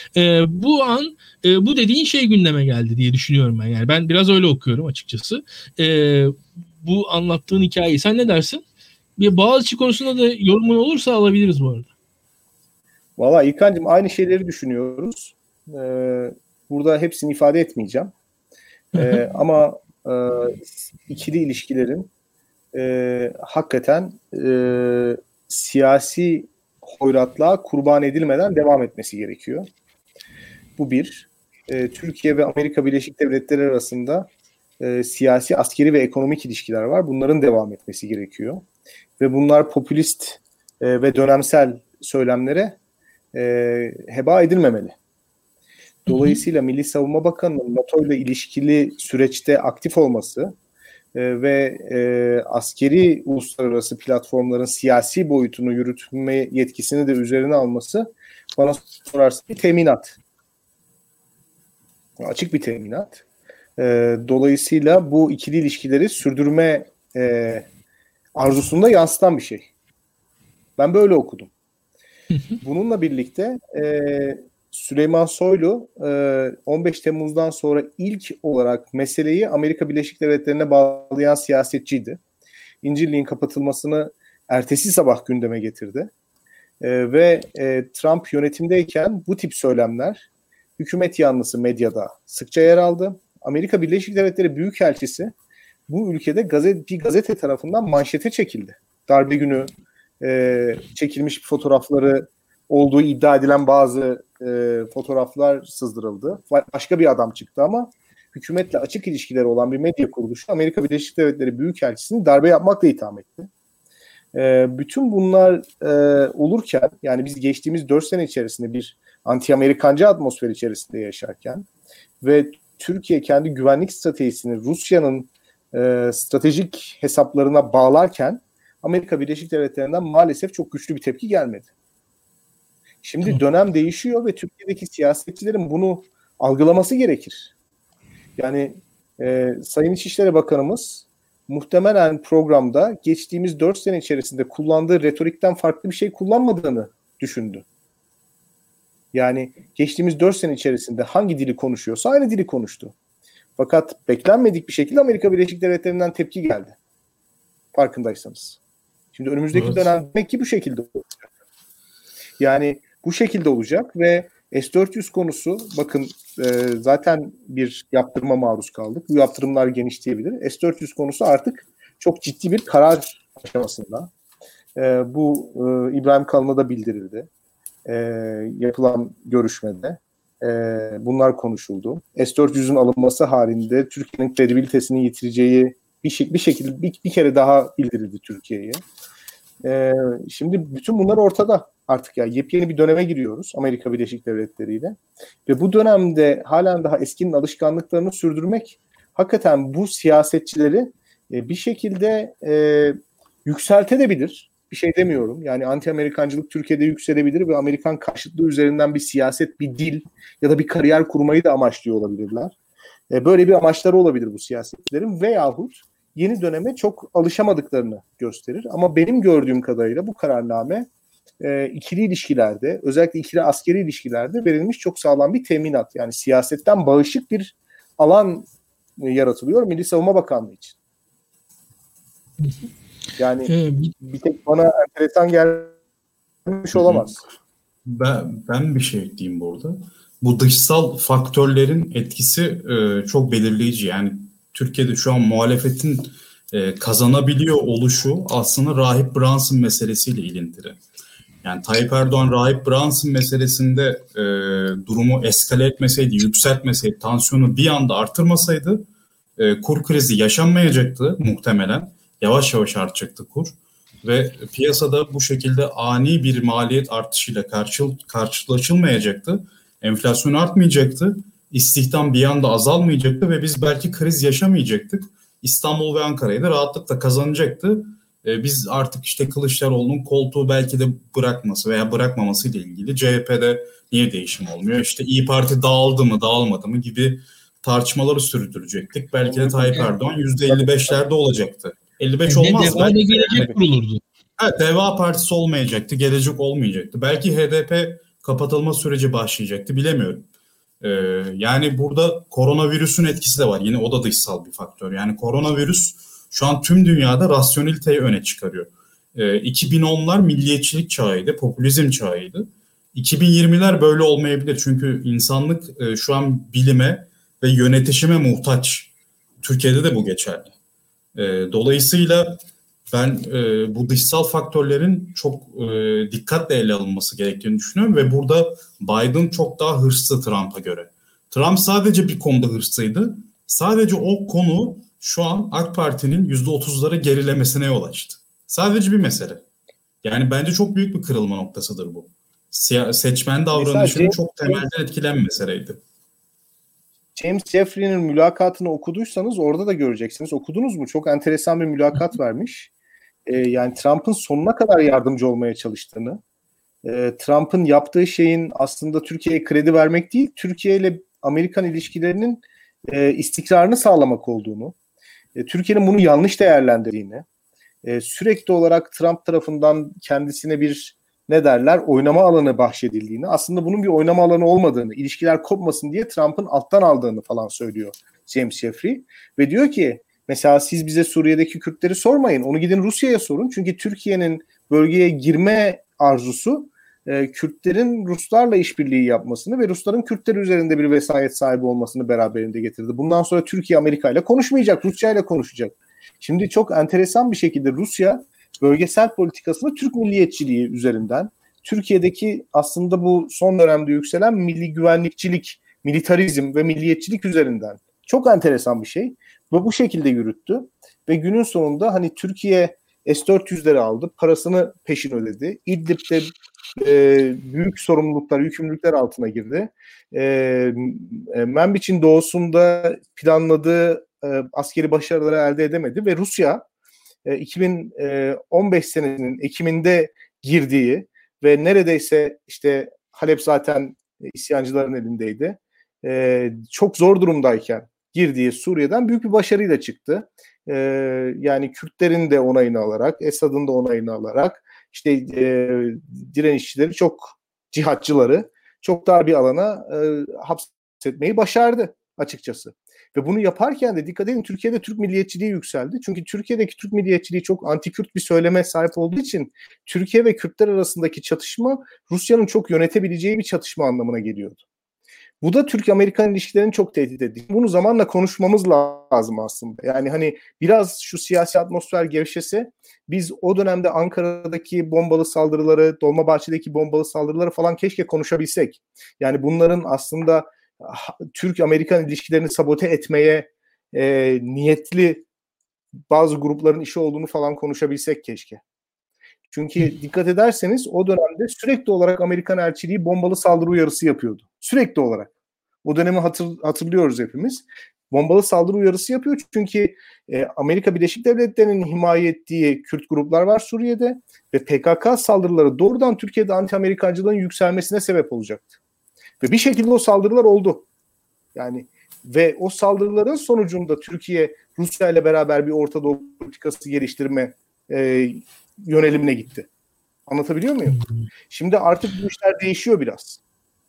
Bu dediğin şey gündeme geldi diye düşünüyorum ben. Yani ben biraz öyle okuyorum açıkçası. Bu anlattığın hikayeyi. Sen ne dersin? Bir Boğaziçi konusunda da yorumun olursa alabiliriz bu arada. Valla İlkan'cığım aynı şeyleri düşünüyoruz. Burada hepsini ifade etmeyeceğim. Ama ikili ilişkilerin hakikaten siyasi hoyratlığa kurban edilmeden devam etmesi gerekiyor. Bu bir. Türkiye ve Amerika Birleşik Devletleri arasında siyasi, askeri ve ekonomik ilişkiler var. Bunların devam etmesi gerekiyor. Ve bunlar popülist ve dönemsel söylemlere heba edilmemeli. Dolayısıyla Milli Savunma Bakanı'nın NATO ile ilişkili süreçte aktif olması ve askeri uluslararası platformların siyasi boyutunu yürütme yetkisini de üzerine alması bana sorarsa bir teminat. Açık bir teminat. Dolayısıyla bu ikili ilişkileri sürdürme arzusunda yansıtan bir şey. Ben böyle okudum. Bununla birlikte Süleyman Soylu 15 Temmuz'dan sonra ilk olarak meseleyi Amerika Birleşik Devletleri'ne bağlayan siyasetçiydi. İncirliğin kapatılmasını ertesi sabah gündeme getirdi. Ve Trump yönetimdeyken bu tip söylemler hükümet yanlısı medyada sıkça yer aldı. Amerika Birleşik Devletleri Büyükelçisi bu ülkede bir gazete tarafından manşete çekildi. Darbe günü çekilmiş fotoğrafları olduğu iddia edilen bazı fotoğraflar sızdırıldı. Başka bir adam çıktı ama hükümetle açık ilişkileri olan bir medya kuruluşu Amerika Birleşik Devletleri Büyükelçisi'ni darbe yapmakla itham etti. Bütün bunlar olurken, yani biz geçtiğimiz 4 sene içerisinde bir anti-Amerikancı atmosfer içerisinde yaşarken ve Türkiye kendi güvenlik stratejisini Rusya'nın stratejik hesaplarına bağlarken Amerika Birleşik Devletleri'nden maalesef çok güçlü bir tepki gelmedi. Şimdi dönem değişiyor ve Türkiye'deki siyasetçilerin bunu algılaması gerekir. Yani Sayın İçişleri Bakanımız muhtemelen programda geçtiğimiz 4 sene içerisinde kullandığı retorikten farklı bir şey kullanmadığını düşündü. Yani geçtiğimiz 4 sene içerisinde hangi dili konuşuyorsa aynı dili konuştu. Fakat beklenmedik bir şekilde Amerika Birleşik Devletleri'nden tepki geldi. Farkındaysanız. Şimdi önümüzdeki dönem demek ki bu şekilde olacak. Yani bu şekilde olacak ve S-400 konusu, bakın zaten bir yaptırıma maruz kaldık. Bu yaptırımlar genişleyebilir. S-400 konusu artık çok ciddi bir karar aşamasında. Bu İbrahim Kalın'a da bildirildi. Yapılan görüşmede bunlar konuşuldu. S-400'ün alınması halinde Türkiye'nin kredibilitesini yitireceği bir şekilde bir kere daha bildirildi Türkiye'ye. Şimdi bütün bunlar ortada artık, ya yepyeni bir döneme giriyoruz Amerika Birleşik Devletleri ile ve bu dönemde halen daha eskinin alışkanlıklarını sürdürmek hakikaten bu siyasetçileri bir şekilde yükseltebilir. Bir şey demiyorum. Yani anti-Amerikancılık Türkiye'de yükselebilir ve Amerikan karşıtlığı üzerinden bir siyaset, bir dil ya da bir kariyer kurmayı da amaçlıyor olabilirler. Böyle bir amaçları olabilir bu siyasetçilerin veyahut yeni döneme çok alışamadıklarını gösterir. Ama benim gördüğüm kadarıyla bu kararname ikili ilişkilerde, özellikle ikili askeri ilişkilerde verilmiş çok sağlam bir teminat. Yani siyasetten bağışık bir alan yaratılıyor Milli Savunma Bakanlığı için. Yani bir tek bana enteresan gelmiş olamaz. Ben bir şey ekleyeyim burada. Bu dışsal faktörlerin etkisi çok belirleyici. Yani Türkiye'de şu an muhalefetin kazanabiliyor oluşu aslında Rahip Brunson meselesiyle ilintili. Yani Tayyip Erdoğan Rahip Brunson meselesinde durumu eskale etmeseydi, yükseltmeseydi, tansiyonu bir anda artırmasaydı kur krizi yaşanmayacaktı muhtemelen. Yavaş yavaş artacaktı kur ve piyasada bu şekilde ani bir maliyet artışıyla karşılaşılmayacaktı. Enflasyon artmayacaktı. İstihdam bir anda azalmayacaktı ve biz belki kriz yaşamayacaktık. İstanbul ve Ankara'yı da rahatlıkla kazanacaktı. Biz artık işte Kılıçdaroğlu'nun koltuğu belki de bırakması veya bırakmaması ile ilgili CHP'de niye değişim olmuyor? İşte İYİ Parti dağıldı mı dağılmadı mı gibi tartışmaları sürdürecektik. Belki de Tayyip Erdoğan %55'lerde olacaktı. 55 olmaz. Deva da gelecek kurulurdu. Evet, Deva Partisi olmayacaktı, gelecek olmayacaktı. Belki HDP kapatılma süreci başlayacaktı, bilemiyorum. Yani burada koronavirüsün etkisi de var. Yine o da dışsal bir faktör. Yani koronavirüs şu an tüm dünyada rasyoneliteyi öne çıkarıyor. 2010'lar milliyetçilik çağıydı, popülizm çağıydı. 2020'ler böyle olmayabilir. Çünkü insanlık şu an bilime ve yönetişime muhtaç. Türkiye'de de bu geçerli. Dolayısıyla ben bu dışsal faktörlerin çok dikkatle ele alınması gerektiğini düşünüyorum ve burada Biden çok daha hırslı Trump'a göre. Trump sadece bir konuda hırslıydı. Sadece o konu şu an AK Parti'nin %30'lara gerilemesine yol açtı. Sadece bir mesele. Yani bence çok büyük bir kırılma noktasıdır bu. Seçmen davranışının çok temelden etkilen meseleydi. James Jeffrey'nin mülakatını okuduysanız orada da göreceksiniz. Okudunuz mu? Çok enteresan bir mülakat vermiş. Yani Trump'ın sonuna kadar yardımcı olmaya çalıştığını, Trump'ın yaptığı şeyin aslında Türkiye'ye kredi vermek değil, Türkiye ile Amerikan ilişkilerinin istikrarını sağlamak olduğunu, Türkiye'nin bunu yanlış değerlendirdiğini, sürekli olarak Trump tarafından kendisine bir oynama alanı bahşedildiğini, aslında bunun bir oynama alanı olmadığını, ilişkiler kopmasın diye Trump'ın alttan aldığını falan söylüyor James Jeffrey. Ve diyor ki mesela siz bize Suriye'deki Kürtleri sormayın, onu gidin Rusya'ya sorun. Çünkü Türkiye'nin bölgeye girme arzusu Kürtlerin Ruslarla işbirliği yapmasını ve Rusların Kürtler üzerinde bir vesayet sahibi olmasını beraberinde getirdi. Bundan sonra Türkiye Amerika ile konuşmayacak, Rusya ile konuşacak. Şimdi çok enteresan bir şekilde Rusya bölgesel politikasını Türk milliyetçiliği üzerinden, Türkiye'deki aslında bu son dönemde yükselen milli güvenlikçilik, militarizm ve milliyetçilik üzerinden çok enteresan bir şey ve bu şekilde yürüttü. Ve günün sonunda hani Türkiye S-400'leri aldı, parasını peşin ödedi. İdlib'de büyük sorumluluklar, yükümlülükler altına girdi. Manbij'in doğusunda planladığı askeri başarıları elde edemedi ve Rusya 2015 senesinin Ekim'inde girdiği ve neredeyse işte Halep zaten isyancıların elindeydi. Çok zor durumdayken girdiği Suriye'den büyük bir başarıyla çıktı. Yani Kürtlerin de onayını alarak, Esad'ın da onayını alarak işte direnişçileri cihatçıları çok dar bir alana hapsetmeyi başardı açıkçası. Ve bunu yaparken de dikkat edin Türkiye'de Türk milliyetçiliği yükseldi. Çünkü Türkiye'deki Türk milliyetçiliği çok anti-Kürt bir söyleme sahip olduğu için Türkiye ve Kürtler arasındaki çatışma Rusya'nın çok yönetebileceği bir çatışma anlamına geliyordu. Bu da Türk-Amerikan ilişkilerini çok tehdit ediyor. Bunu zamanla konuşmamız lazım aslında. Yani hani biraz şu siyasi atmosfer gevşese biz o dönemde Ankara'daki bombalı saldırıları, Dolmabahçe'deki bombalı saldırıları falan keşke konuşabilsek. Yani bunların aslında Türk-Amerikan ilişkilerini sabote etmeye niyetli bazı grupların işi olduğunu falan konuşabilsek keşke. Çünkü dikkat ederseniz o dönemde sürekli olarak Amerikan elçiliği bombalı saldırı uyarısı yapıyordu. Sürekli olarak. O dönemi hatırlıyoruz hepimiz. Bombalı saldırı uyarısı yapıyor çünkü Amerika Birleşik Devletleri'nin himaye ettiği Kürt gruplar var Suriye'de ve PKK saldırıları doğrudan Türkiye'de anti-Amerikancılığın yükselmesine sebep olacaktı. Ve bir şekilde o saldırılar oldu. Yani ve o saldırıların sonucunda Türkiye Rusya ile beraber bir Orta Doğu politikası geliştirme yönelimine gitti. Anlatabiliyor muyum? Şimdi artık bu işler değişiyor biraz.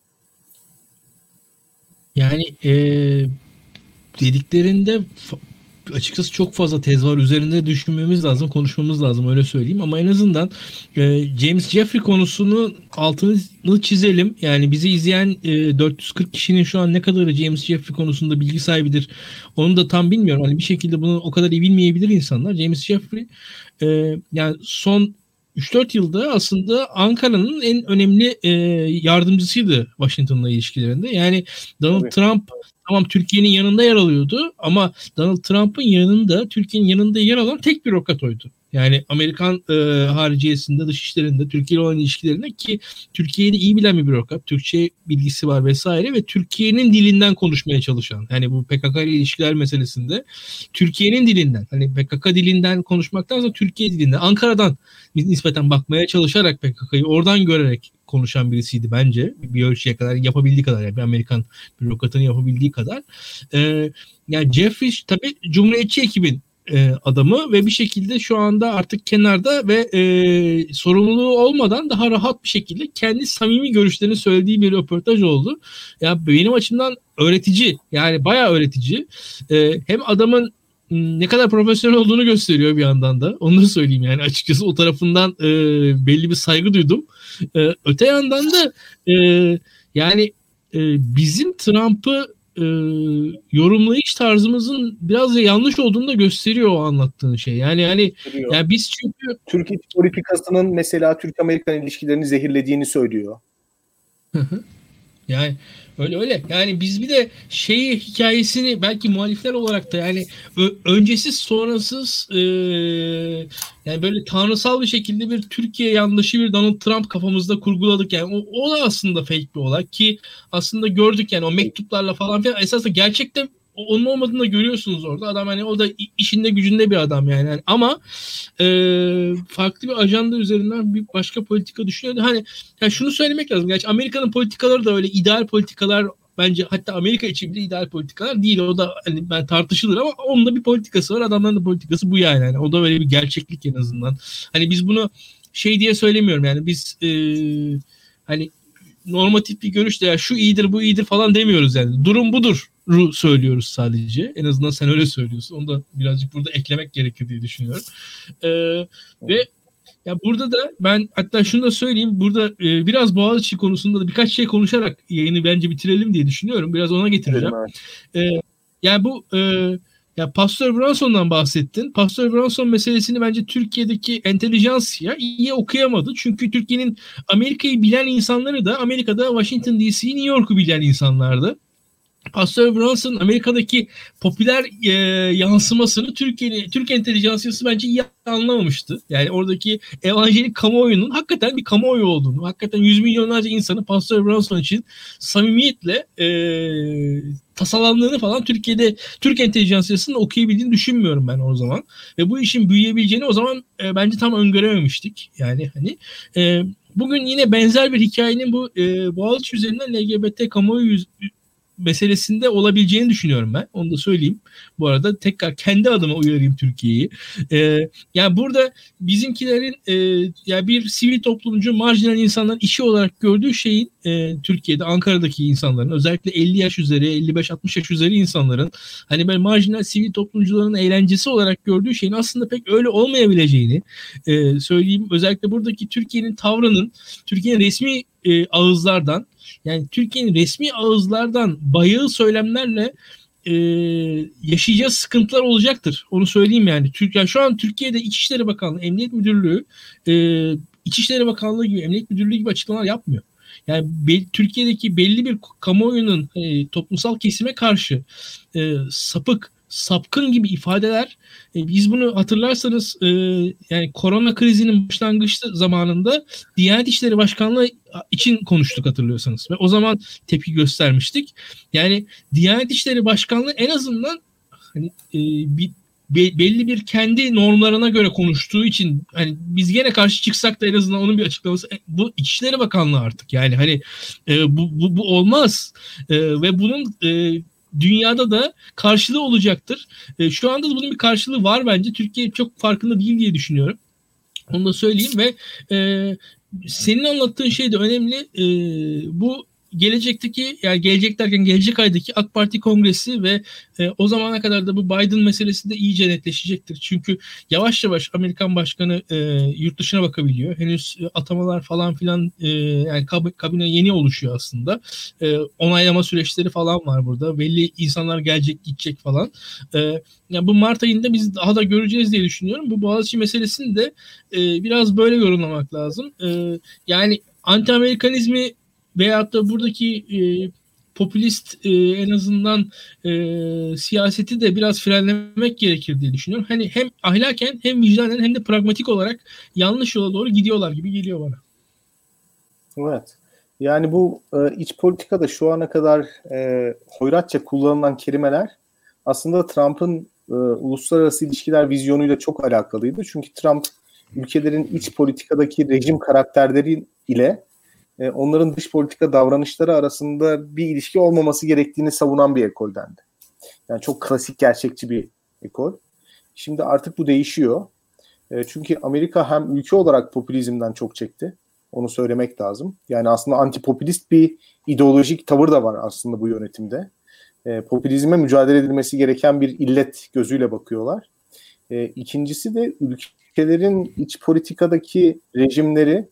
Yani dediklerinde açıkçası çok fazla tez var. Üzerinde düşünmemiz lazım, konuşmamız lazım öyle söyleyeyim. Ama en azından James Jeffrey konusunun altını çizelim. Yani bizi izleyen 440 kişinin şu an ne kadarı James Jeffrey konusunda bilgi sahibidir onu da tam bilmiyorum. Hani bir şekilde bunu o kadar iyi bilmeyebilir insanlar. James Jeffrey yani son 3-4 yılda aslında Ankara'nın en önemli yardımcısıydı Washington'la ilişkilerinde. Yani Donald Trump tamam Türkiye'nin yanında yer alıyordu ama Donald Trump'ın yanında, Türkiye'nin yanında yer alan tek bürokrat oydu. Yani Amerikan hariciyesinde, dışişlerinde, Türkiye ile olan ilişkilerinde ki Türkiye'yi de iyi bilen bir bürokrat, Türkçe bilgisi var vesaire ve Türkiye'nin dilinden konuşmaya çalışan. Yani bu PKK ile ilişkiler meselesinde Türkiye'nin dilinden, hani PKK dilinden konuşmaktansa Türkiye dilinden, Ankara'dan nispeten bakmaya çalışarak PKK'yı oradan görerek konuşan birisiydi bence. Bir ölçüye kadar yapabildiği kadar yani bir Amerikan bürokratının yapabildiği kadar. Yani Jeffrey tabii Cumhuriyetçi ekibin adamı ve bir şekilde şu anda artık kenarda ve sorumluluğu olmadan daha rahat bir şekilde kendi samimi görüşlerini söylediği bir röportaj oldu. Ya benim açımdan öğretici yani bayağı öğretici. Hem adamın ne kadar profesyonel olduğunu gösteriyor bir yandan da. Onu da söyleyeyim yani açıkçası o tarafından belli bir saygı duydum. Öte yandan da yani bizim Trump'ı yorumlayış tarzımızın biraz da yanlış olduğunu da gösteriyor o anlattığın şey. Yani hani yani biz çünkü Türk iç politikasının mesela Türk-Amerikan ilişkilerini zehirlediğini söylüyor. Yani öyle. Yani biz bir de hikayesini belki muhalifler olarak da yani öncesiz sonrasız yani böyle tanrısal bir şekilde bir Türkiye yanlışı bir Donald Trump kafamızda kurguladık. Yani o da aslında fake bir olay ki aslında gördük yani o mektuplarla falan filan esasında gerçekten onun olmadığını da görüyorsunuz orada. Adam hani o da işinde gücünde bir adam yani. Ama farklı bir ajanda üzerinden bir başka politika düşünüyordu. Hani yani şunu söylemek lazım. Gerçi Amerika'nın politikaları da öyle ideal politikalar bence hatta Amerika için bile ideal politikalar değil. O da hani ben tartışılır ama onun da bir politikası var. Adamların da politikası bu yani. Yani o da böyle bir gerçeklik en azından. Hani biz bunu diye söylemiyorum yani biz hani normatif bir görüşle ya şu iyidir bu iyidir falan demiyoruz yani. Durum budur söylüyoruz sadece. En azından sen öyle söylüyorsun. Onu da birazcık burada eklemek gerekir diye düşünüyorum. Ve Ya burada da ben hatta şunu da söyleyeyim. Burada biraz Boğaziçi konusunda da birkaç şey konuşarak yayını bence bitirelim diye düşünüyorum. Biraz ona getireceğim. Yani bu ya Pastor Branson'dan bahsettin. Pastor Branson meselesini bence Türkiye'deki entelijansiya iyi okuyamadı. Çünkü Türkiye'nin Amerika'yı bilen insanları da Amerika'da Washington DC, New York'u bilen insanlardı. Pastor Brunson Amerika'daki popüler yansımasını Türk entelijansiyası bence iyi anlamamıştı. Yani oradaki evangelik kamuoyunun hakikaten bir kamuoyu olduğunu, hakikaten yüz milyonlarca insanı Pastor Brunson için samimiyetle tasalandığını falan Türk entelijansiyasının okuyabildiğini düşünmüyorum ben o zaman. Ve bu işin büyüyebileceğini o zaman bence tam öngörememiştik. Yani hani bugün yine benzer bir hikayenin bu Boğaziçi üzerinden LGBT kamuoyu meselesinde olabileceğini düşünüyorum ben. Onu da söyleyeyim. Bu arada tekrar kendi adıma uyarayım Türkiye'yi. Yani burada bizimkilerin yani bir sivil toplumcu, marjinal insanların işi olarak gördüğü şeyin Türkiye'de, Ankara'daki insanların özellikle 50 yaş üzeri, 55-60 yaş üzeri insanların hani böyle marjinal sivil toplumcuların eğlencesi olarak gördüğü şeyin aslında pek öyle olmayabileceğini söyleyeyim. Özellikle buradaki Türkiye'nin tavrının, Türkiye'nin resmi ağızlardan yani Türkiye'nin resmi ağızlardan bayağı söylemlerle yaşayacağı sıkıntılar olacaktır. Onu söyleyeyim yani. Yani şu an Türkiye'de İçişleri Bakanlığı, Emniyet Müdürlüğü, İçişleri Bakanlığı gibi, Emniyet Müdürlüğü gibi açıklamalar yapmıyor. Yani Türkiye'deki belli bir kamuoyunun toplumsal kesime karşı sapkın gibi ifadeler biz bunu hatırlarsanız yani korona krizinin başlangıç zamanında Diyanet İşleri Başkanlığı için konuştuk hatırlıyorsanız ve o zaman tepki göstermiştik. Yani Diyanet İşleri Başkanlığı en azından hani belli bir kendi normlarına göre konuştuğu için hani biz gene karşı çıksak da en azından onun bir açıklaması bu İçişleri Bakanlığı artık yani hani bu olmaz ve bunun dünyada da karşılığı olacaktır. Şu anda da bunun bir karşılığı var bence. Türkiye çok farkında değil diye düşünüyorum. Onu da söyleyeyim ve senin anlattığın şey de önemli. Bu gelecekteki yani gelecek derken gelecek aydaki AK Parti kongresi ve o zamana kadar da bu Biden meselesi de iyice netleşecektir. Çünkü yavaş yavaş Amerikan başkanı yurt dışına bakabiliyor. Henüz atamalar falan filan yani kabine yeni oluşuyor aslında. Onaylama süreçleri falan var burada. Belli insanlar gelecek gidecek falan. Yani bu Mart ayında biz daha da göreceğiz diye düşünüyorum. Bu Boğaziçi meselesini de biraz böyle yorumlamak lazım. Yani anti-Amerikanizmi veyahut da buradaki popülist en azından siyaseti de biraz frenlemek gerekir diye düşünüyorum. Hani hem ahlaken hem vicdanen hem de pragmatik olarak yanlış yola doğru gidiyorlar gibi geliyor bana. Evet. Yani bu iç politikada şu ana kadar hoyratça kullanılan kelimeler aslında Trump'ın uluslararası ilişkiler vizyonuyla çok alakalıydı. Çünkü Trump ülkelerin iç politikadaki rejim karakterleri ile onların dış politika davranışları arasında bir ilişki olmaması gerektiğini savunan bir ekoldendi. Yani çok klasik gerçekçi bir ekol. Şimdi artık bu değişiyor. Çünkü Amerika hem ülke olarak popülizmden çok çekti. Onu söylemek lazım. Yani aslında antipopülist bir ideolojik tavır da var aslında bu yönetimde. Popülizme mücadele edilmesi gereken bir illet gözüyle bakıyorlar. İkincisi de ülkelerin iç politikadaki rejimleri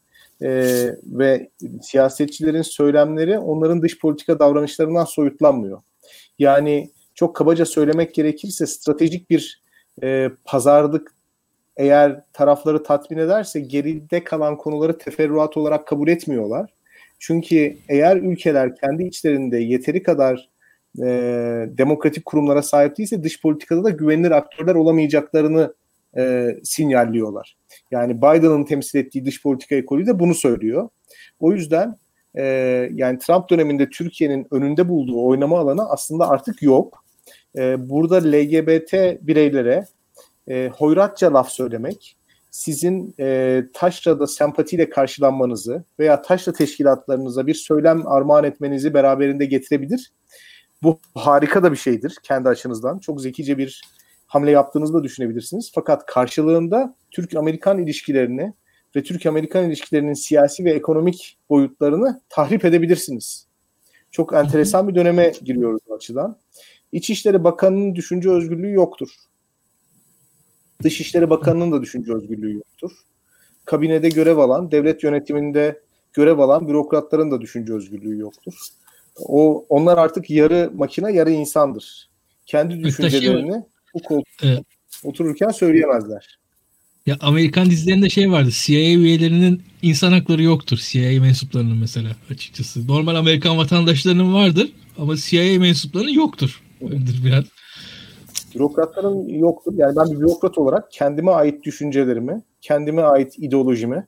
ve siyasetçilerin söylemleri onların dış politika davranışlarından soyutlanmıyor. Yani çok kabaca söylemek gerekirse stratejik bir pazarlık eğer tarafları tatmin ederse geride kalan konuları teferruat olarak kabul etmiyorlar. Çünkü eğer ülkeler kendi içlerinde yeteri kadar demokratik kurumlara sahip değilse dış politikada da güvenilir aktörler olamayacaklarını sinyalliyorlar. Yani Biden'ın temsil ettiği dış politika ekolü de bunu söylüyor. O yüzden yani Trump döneminde Türkiye'nin önünde bulduğu oynama alanı aslında artık yok. Burada LGBT bireylere hoyratça laf söylemek, sizin taşrada sempatiyle karşılanmanızı veya taşra teşkilatlarınıza bir söylem armağan etmenizi beraberinde getirebilir. Bu harika da bir şeydir kendi açınızdan. Çok zekice bir hamle yaptığınızı da düşünebilirsiniz. Fakat karşılığında Türk-Amerikan ilişkilerini ve Türk-Amerikan ilişkilerinin siyasi ve ekonomik boyutlarını tahrip edebilirsiniz. Çok enteresan bir döneme giriyoruz bu açıdan. İçişleri Bakanı'nın düşünce özgürlüğü yoktur. Dışişleri Bakanı'nın da düşünce özgürlüğü yoktur. kabinede görev alan, devlet yönetiminde görev alan bürokratların da düşünce özgürlüğü yoktur. Onlar artık yarı makine, yarı insandır. Kendi düşüncelerini bu koltukta otururken söyleyemezler. Ya Amerikan dizilerinde şey vardı. CIA üyelerinin insan hakları yoktur. CIA mensuplarının mesela açıkçası. Normal Amerikan vatandaşlarının vardır ama CIA mensuplarının yoktur. Öyledir biraz. Bürokratların yoktur. Yani ben bir bürokrat olarak kendime ait düşüncelerimi, kendime ait ideolojimi,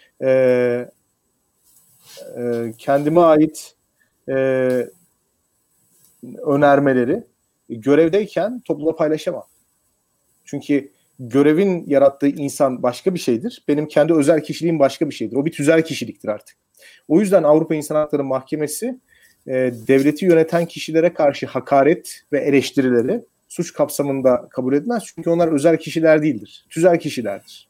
kendime ait önermeleri görevdeyken toplumla paylaşamam. Çünkü görevin yarattığı insan başka bir şeydir. Benim kendi özel kişiliğim başka bir şeydir. O bir tüzel kişiliktir artık. O yüzden Avrupa İnsan Hakları Mahkemesi devleti yöneten kişilere karşı hakaret ve eleştirileri suç kapsamında kabul etmez. Çünkü onlar özel kişiler değildir. Tüzel kişilerdir.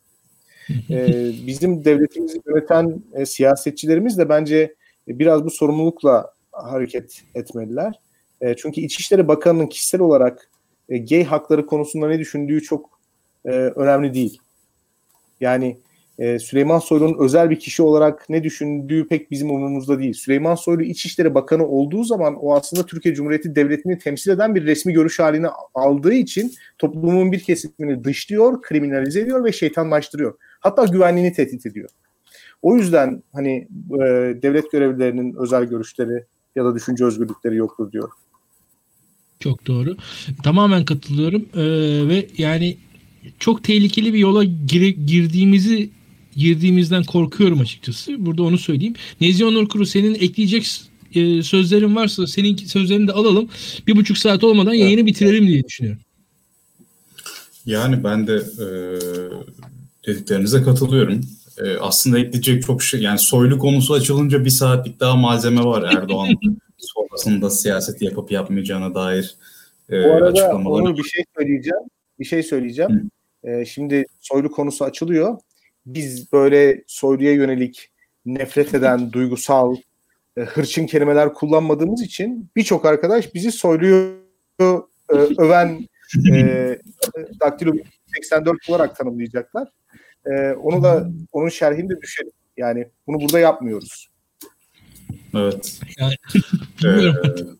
Bizim devletimizi yöneten siyasetçilerimiz de bence biraz bu sorumlulukla hareket etmeliler. Çünkü İçişleri Bakanı'nın kişisel olarak gay hakları konusunda ne düşündüğü çok önemli değil. Yani Süleyman Soylu'nun özel bir kişi olarak ne düşündüğü pek bizim umurumuzda değil. Süleyman Soylu İçişleri Bakanı olduğu zaman o aslında Türkiye Cumhuriyeti Devleti'ni temsil eden bir resmi görüş haline aldığı için toplumun bir kesimini dışlıyor, kriminalize ediyor ve şeytanlaştırıyor. Hatta güvenliğini tehdit ediyor. O yüzden hani devlet görevlilerinin özel görüşleri ya da düşünce özgürlükleri yoktur diyor. Çok doğru. Tamamen katılıyorum. Ve yani çok tehlikeli bir yola girdiğimizden korkuyorum açıkçası. Burada onu söyleyeyim. Nezih Onur Kuru, senin ekleyecek sözlerin varsa senin sözlerini de alalım. 1,5 saat olmadan yayını bitirelim diye düşünüyorum. Yani ben de dediklerinize katılıyorum. Aslında ekleyecek çok şey, yani Soylu konusu açılınca 1 saatlik daha malzeme var Erdoğan sonrasında siyaset yapıp yapmayacağına dair Bu arada açıklamaları. Onur bir şey söyleyeceğim. Şimdi Soylu konusu açılıyor. Biz böyle Soylu'ya yönelik nefret eden, duygusal, hırçın kelimeler kullanmadığımız için birçok arkadaş bizi Soylu'yu öven Daktilo 84 olarak tanımlayacaklar. Onu da onun şerhini de düşelim. Yani bunu burada yapmıyoruz. Evet. Yani,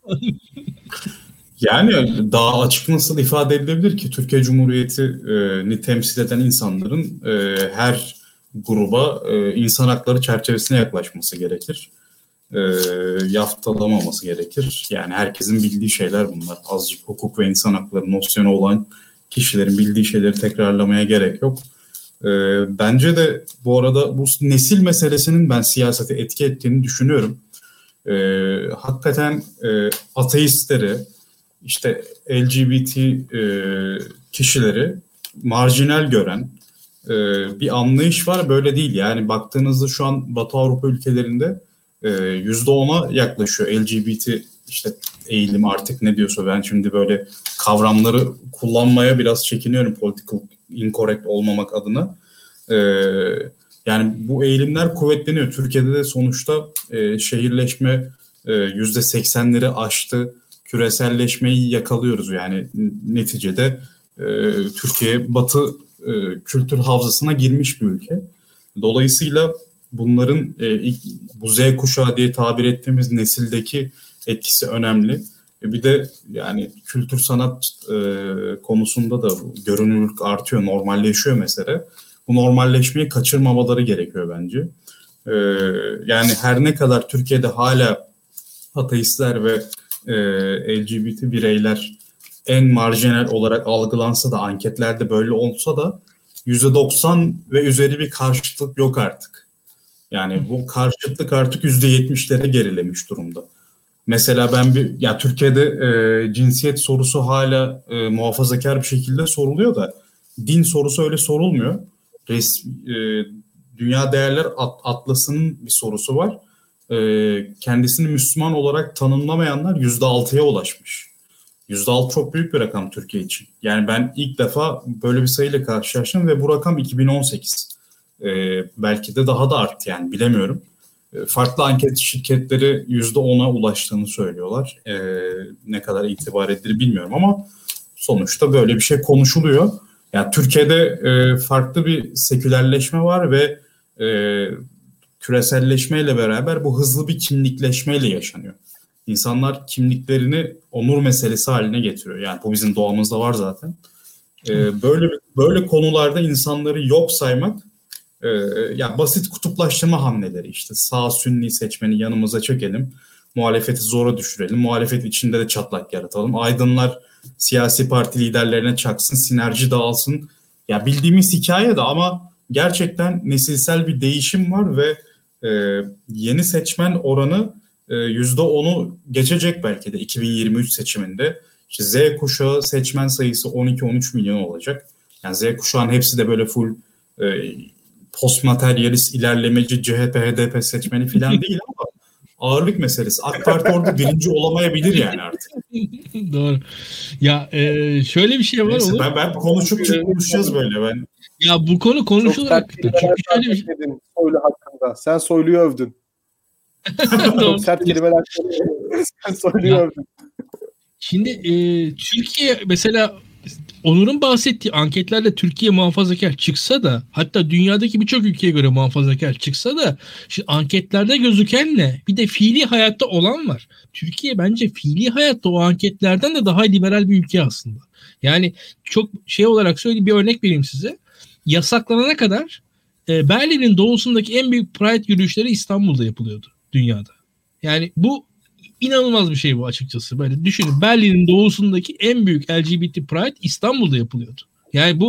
yani daha açık nasıl ifade edilebilir ki Türkiye Cumhuriyeti'ni temsil eden insanların her gruba insan hakları çerçevesine yaklaşması gerekir. Yaftalamaması gerekir. Yani herkesin bildiği şeyler bunlar. Azıcık hukuk ve insan hakları nosyonu olan kişilerin bildiği şeyleri tekrarlamaya gerek yok. Bence de bu arada bu nesil meselesinin ben siyasete etki ettiğini düşünüyorum. Hakikaten ateistleri, işte LGBT kişileri marjinal gören bir anlayış var. Böyle değil. Yani baktığınızda şu an Batı Avrupa ülkelerinde %10'a yaklaşıyor LGBT işte eğilim, artık ne diyorsa. Ben şimdi böyle kavramları kullanmaya biraz çekiniyorum political incorrect olmamak adına. Yani bu eğilimler kuvvetleniyor. Türkiye'de de sonuçta şehirleşme %80'leri aştı. Küreselleşmeyi yakalıyoruz. Yani neticede Türkiye Batı kültür havzasına girmiş bir ülke. Dolayısıyla bunların bu Z kuşağı diye tabir ettiğimiz nesildeki etkisi önemli. Bir de yani kültür sanat konusunda da görünürlük artıyor, normalleşiyor mesela. Bu normalleşmeyi kaçırmamaları gerekiyor bence. Yani her ne kadar Türkiye'de hala ateistler ve LGBT bireyler en marjinal olarak algılansa da, anketlerde böyle olsa da %90 ve üzeri bir karşıtlık yok artık. Yani bu karşıtlık artık %70'lere gerilemiş durumda. Mesela ya Türkiye'de cinsiyet sorusu hala muhafazakar bir şekilde soruluyor da din sorusu öyle sorulmuyor. Dünya Değerler Atlası'nın bir sorusu var. Kendisini Müslüman olarak tanımlamayanlar %6'ya ulaşmış. %6 çok büyük bir rakam Türkiye için. Yani ben ilk defa böyle bir sayıyla karşılaştım ve bu rakam 2018. Belki de daha da arttı, yani bilemiyorum. Farklı anket şirketleri %10'a ulaştığını söylüyorlar. Ne kadar itibar edilir bilmiyorum ama sonuçta böyle bir şey konuşuluyor. Yani Türkiye'de farklı bir sekülerleşme var ve küreselleşmeyle beraber bu hızlı bir kimlikleşmeyle yaşanıyor. İnsanlar kimliklerini onur meselesi haline getiriyor. Yani bu bizim doğamızda var zaten. Böyle konularda insanları yok saymak, yani basit kutuplaştırma hamleleri, işte sağ Sünni seçmeni yanımıza çekelim, muhalefeti zora düşürelim, muhalefet içinde de çatlak yaratalım, aydınlar siyasi parti liderlerine çaksın, sinerji dağılsın. Ya bildiğimiz hikaye de, ama gerçekten nesilsel bir değişim var ve yeni seçmen oranı %10'u geçecek belki de 2023 seçiminde. İşte Z kuşağı seçmen sayısı 12-13 milyon olacak. Yani Z kuşağının hepsi de böyle full postmateryalist, ilerlemeci, CHP, HDP seçmeni falan değil ama ağırlık meselesi. AK Parti orada birinci olamayabilir yani artık. Doğru. Ya şöyle bir şey var. Neyse, ben konuşacağız böyle. Ya bu konu konuşulur hakikaten. Çünkü şöyle bir şey. Soylu hakkında. Sen Soylu'yu övdün. Çok sert kelimeler söyledin. Sen Soylu'yu övdün. Şimdi Türkiye mesela, Onur'un bahsettiği anketlerle Türkiye muhafazakar çıksa da, hatta dünyadaki birçok ülkeye göre muhafazakar çıksa da, şimdi anketlerde gözükenle bir de fiili hayatta olan var. Türkiye bence fiili hayatta o anketlerden de daha liberal bir ülke aslında. Yani çok şey olarak söyleyeyim, bir örnek vereyim size. Yasaklanana kadar Berlin'in doğusundaki en büyük Pride yürüyüşleri İstanbul'da yapılıyordu dünyada. Yani bu İnanılmaz bir şey bu açıkçası. Böyle düşünün, Berlin'in doğusundaki en büyük LGBT Pride İstanbul'da yapılıyordu. Yani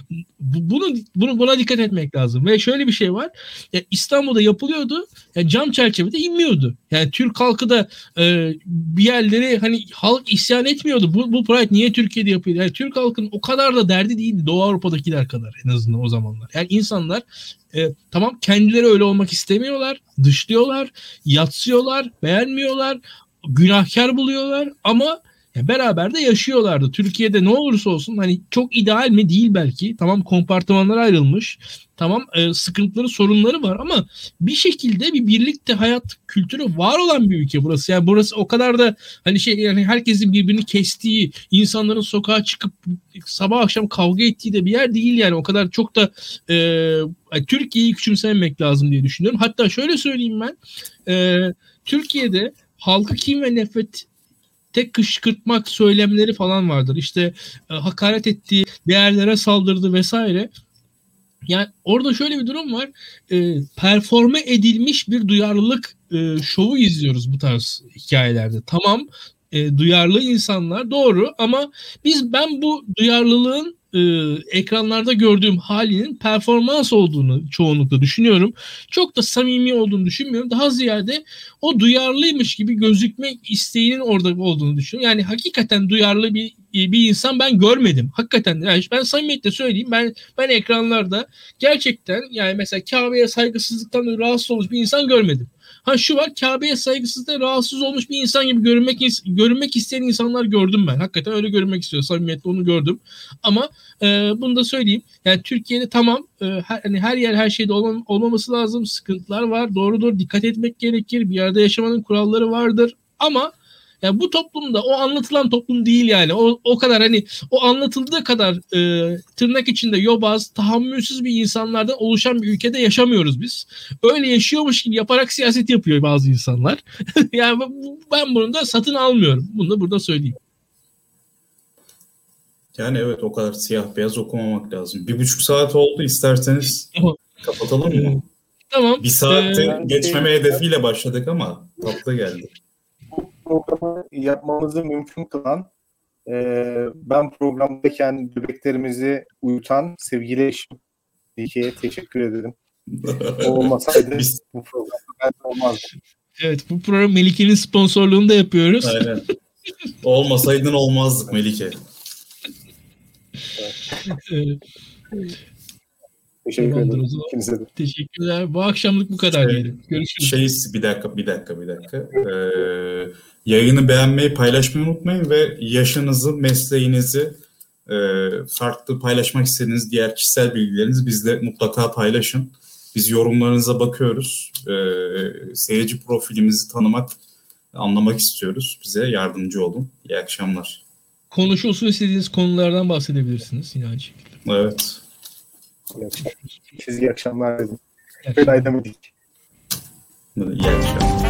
buna dikkat etmek lazım. Ve şöyle bir şey var. İstanbul'da yapılıyordu. Cam çerçevede inmiyordu. Yani Türk halkı da bir yerleri, hani halk isyan etmiyordu. Bu Pride niye Türkiye'de yapıyor? Yani Türk halkının o kadar da derdi değildi. Doğu Avrupa'dakiler kadar en azından o zamanlar. Yani insanlar tamam, kendileri öyle olmak istemiyorlar. Dışlıyorlar, yatsıyorlar, beğenmiyorlar, günahkar buluyorlar ama beraber de yaşıyorlardı. Türkiye'de ne olursa olsun, hani çok ideal mi değil belki. Tamam, kompartımanlara ayrılmış. Tamam, sıkıntıları, sorunları var ama bir şekilde bir birlikte hayat kültürü var olan bir ülke burası. Yani burası o kadar da hani yani herkesin birbirini kestiği, insanların sokağa çıkıp sabah akşam kavga ettiği de bir yer değil yani. O kadar çok da Türkiye'yi küçümsememek lazım diye düşünüyorum. Hatta şöyle söyleyeyim ben. Türkiye'de halkı kin ve nefret tek kışkırtmak söylemleri falan vardır. İşte hakaret ettiği, değerlere saldırdı vesaire. Yani orada şöyle bir durum var. Performe edilmiş bir duyarlılık şovu izliyoruz bu tarz hikayelerde. Tamam, duyarlı insanlar doğru ama ben bu duyarlılığın ekranlarda gördüğüm halinin performans olduğunu çoğunlukla düşünüyorum. Çok da samimi olduğunu düşünmüyorum. Daha ziyade o duyarlıymış gibi gözükmek isteğinin orada olduğunu düşünüyorum. Yani hakikaten duyarlı bir insan ben görmedim. Hakikaten yani ben samimiyetle söyleyeyim, ben ekranlarda gerçekten yani mesela Kabe'ye saygısızlıktan rahatsız olmuş bir insan görmedim. Ha şu var, Kabe'ye saygısızlıktan rahatsız olmuş bir insan gibi görünmek isteyen insanlar gördüm ben. Hakikaten öyle görünmek istiyor. Samimiyetle onu gördüm. Ama bunu da söyleyeyim. Yani Türkiye'de tamam, hani her yer her şeyde olmaması lazım. Sıkıntılar var. Doğrudur. Dikkat etmek gerekir. Bir yerde yaşamanın kuralları vardır. Ama yani bu toplumda o anlatılan toplum değil yani. O kadar hani o anlatıldığı kadar tırnak içinde yobaz, tahammülsüz bir insanlardan oluşan bir ülkede yaşamıyoruz biz. Öyle yaşıyormuş gibi yaparak siyaset yapıyor bazı insanlar. Yani ben bunu da satın almıyorum. Bunu da burada söyleyeyim. Yani evet, o kadar siyah beyaz okumamak lazım. 1,5 saat oldu, isterseniz kapatalım mı? Tamam. Bir saati geçmeme hedefiyle başladık ama tatlı geldi. Bu programı yapmamızı mümkün kılan, ben programdayken bebeklerimizi uyutan sevgili eşim Dike'ye teşekkür ederim. O olmasaydı bu program olmazdı. Evet, bu program Melike'nin sponsorluğunu da yapıyoruz. Aynen. Olmasaydın olmazdık Melike. Teşekkür ederim. İkinize de. Teşekkürler. Bu akşamlık bu kadar diyelim. Görüşürüz. Bir dakika. Yayını beğenmeyi, paylaşmayı unutmayın ve yaşınızı, mesleğinizi, farklı paylaşmak istediğiniz diğer kişisel bilgilerinizi bizle mutlaka paylaşın. Biz yorumlarınıza bakıyoruz. Seyirci profilimizi tanımak, anlamak istiyoruz. Bize yardımcı olun. İyi akşamlar. Konuşulsun istediğiniz konulardan bahsedebilirsiniz yine aynı şekilde. Evet. Siz iyi akşamlar dedim. Veda edemedik. İyi akşamlar.